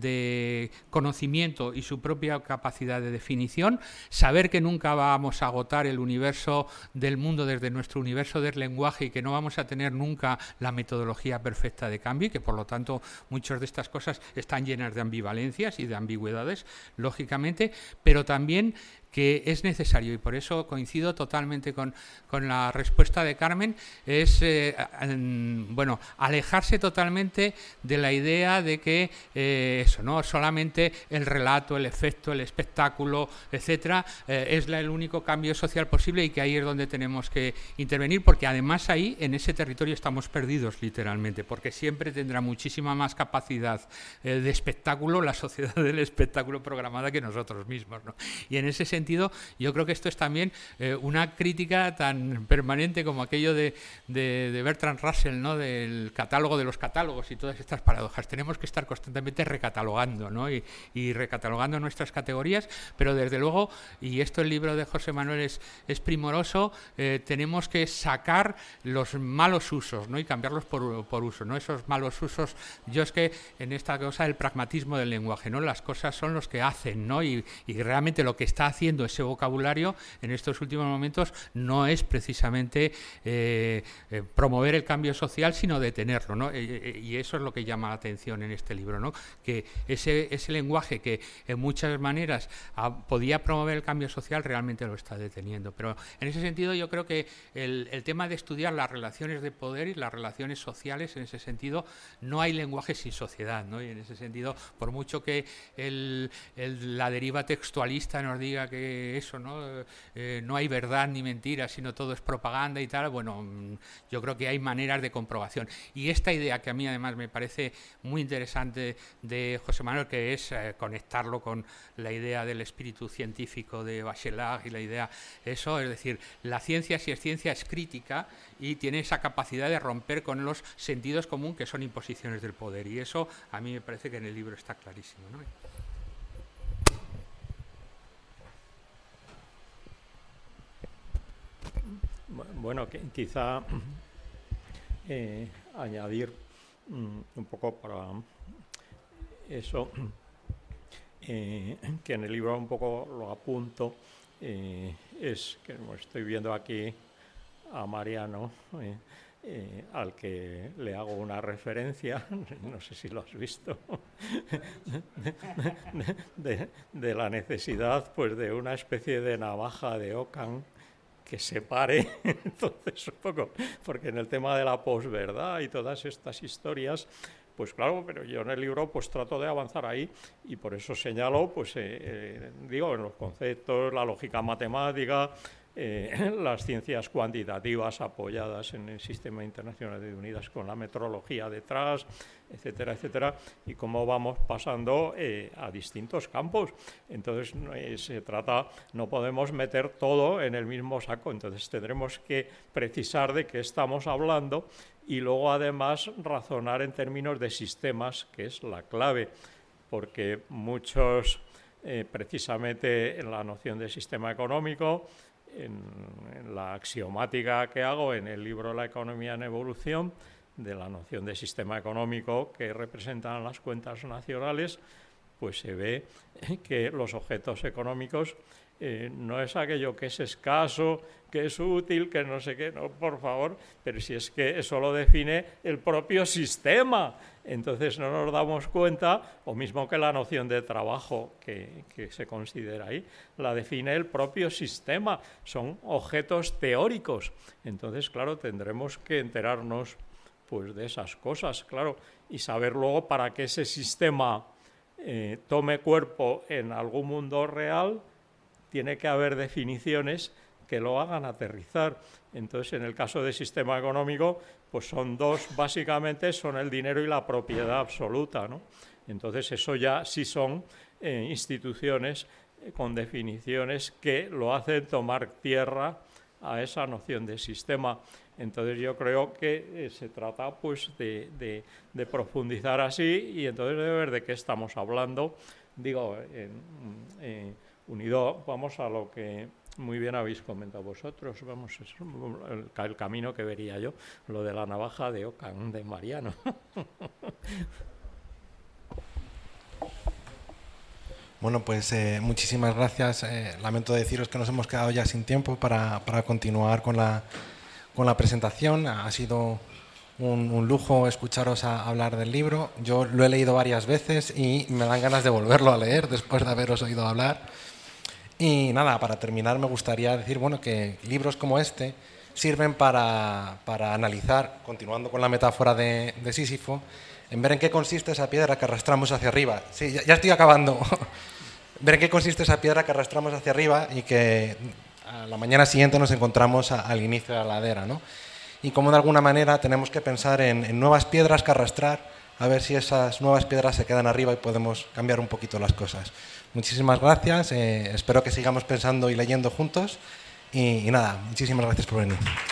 de conocimiento y su propia capacidad de definición, saber que nunca vamos a agotar el universo del mundo desde nuestro universo del lenguaje y que no vamos a tener nunca la metodología perfecta de cambio y que por lo tanto muchas de estas cosas están llenas de ambivalencias y de ambigüedades, lógicamente, pero también que es necesario, y por eso coincido totalmente con, con la respuesta de Carmen, es eh, en, bueno, alejarse totalmente de la idea de que eh, eso, ¿no? Solamente el relato, el efecto, el espectáculo, etcétera, eh, es la, el único cambio social posible y que ahí es donde tenemos que intervenir, porque además ahí, en ese territorio, estamos perdidos literalmente, porque siempre tendrá muchísima más capacidad eh, de espectáculo la sociedad del espectáculo programada que nosotros mismos, ¿no? Y en ese sentido sentido, yo creo que esto es también eh, una crítica tan permanente como aquello de, de, de Bertrand Russell, ¿no? Del catálogo de los catálogos y todas estas paradojas. Tenemos que estar constantemente recatalogando, ¿no? y, y recatalogando nuestras categorías, pero desde luego, y esto el libro de José Manuel es, es primoroso, eh, tenemos que sacar los malos usos, ¿no? Y cambiarlos por, por uso, ¿no? Esos malos usos, yo es que en esta cosa del pragmatismo del lenguaje, ¿no? Las cosas son los que hacen, ¿no? Y, y realmente lo que está haciendo ese vocabulario en estos últimos momentos no es precisamente eh, eh, promover el cambio social, sino detenerlo, ¿no? Eh, y eso es lo que llama la atención en este libro, ¿no? Que ese, ese lenguaje que en muchas maneras ah, podía promover el cambio social realmente lo está deteniendo. Pero en ese sentido yo creo que el, el tema de estudiar las relaciones de poder y las relaciones sociales, en ese sentido no hay lenguaje sin sociedad, ¿no? Y en ese sentido, por mucho que el, el, la deriva textualista nos diga que que eso, ¿no? Eh, no hay verdad ni mentira, sino todo es propaganda y tal, bueno, yo creo que hay maneras de comprobación. Y esta idea que a mí además me parece muy interesante de José Manuel, que es eh, conectarlo con la idea del espíritu científico de Bachelard y la idea, eso, es decir, la ciencia, si es ciencia, es crítica y tiene esa capacidad de romper con los sentidos comunes que son imposiciones del poder. Y eso a mí me parece que en el libro está clarísimo, ¿no? Bueno, que, quizá eh, añadir um, un poco para eso, eh, que en el libro un poco lo apunto, eh, es que estoy viendo aquí a Mariano, eh, eh, al que le hago una referencia, no sé si lo has visto, de, de, de la necesidad pues de una especie de navaja de Ockham que separe, entonces un poco, porque en el tema de la posverdad y todas estas historias, pues claro, pero yo en el libro pues trato de avanzar ahí y por eso señalo, pues eh, eh, digo, en los conceptos, la lógica matemática, eh, las ciencias cuantitativas apoyadas en el Sistema Internacional de Unidas con la metrología detrás, etcétera, etcétera, y cómo vamos pasando eh, a distintos campos. Entonces eh, se trata, no podemos meter todo en el mismo saco, entonces tendremos que precisar de qué estamos hablando y luego además razonar en términos de sistemas, que es la clave, porque muchos, eh, precisamente en la noción de sistema económico, en, en la axiomática que hago en el libro La economía en evolución, de la noción de sistema económico que representan las cuentas nacionales, pues se ve que los objetos económicos eh, no es aquello que es escaso, que es útil, que no sé qué, no, por favor, pero si es que eso lo define el propio sistema. Entonces no nos damos cuenta, o mismo que la noción de trabajo que, que se considera ahí, la define el propio sistema, son objetos teóricos. Entonces, claro, tendremos que enterarnos pues de esas cosas, claro, y saber luego para que ese sistema eh, tome cuerpo en algún mundo real, tiene que haber definiciones que lo hagan aterrizar. Entonces, en el caso del sistema económico, pues son dos, básicamente son el dinero y la propiedad absoluta, ¿no? Entonces, eso ya sí son eh, instituciones eh, con definiciones que lo hacen tomar tierra a esa noción de sistema. Entonces yo creo que eh, se trata pues de, de, de profundizar así y entonces de ver de qué estamos hablando. Digo, eh, eh, unido, vamos a lo que muy bien habéis comentado vosotros, vamos, es el, el camino que vería yo, lo de la navaja de Ockham, de Mariano. Bueno, pues eh, muchísimas gracias. Eh, lamento deciros que nos hemos quedado ya sin tiempo para, para continuar con la, con la presentación. Ha sido un, un lujo escucharos a hablar del libro. Yo lo he leído varias veces y me dan ganas de volverlo a leer después de haberos oído hablar. Y nada, para terminar me gustaría decir bueno, que libros como este sirven para, para analizar, continuando con la metáfora de, de Sísifo, en ver en qué consiste esa piedra que arrastramos hacia arriba. Sí, ya, ya estoy acabando. Ver en qué consiste esa piedra que arrastramos hacia arriba y que a la mañana siguiente nos encontramos a, al inicio de la ladera, ¿no? Y cómo de alguna manera tenemos que pensar en, en nuevas piedras que arrastrar, a ver si esas nuevas piedras se quedan arriba y podemos cambiar un poquito las cosas. Muchísimas gracias, eh, espero que sigamos pensando y leyendo juntos y, y nada, muchísimas gracias por venir.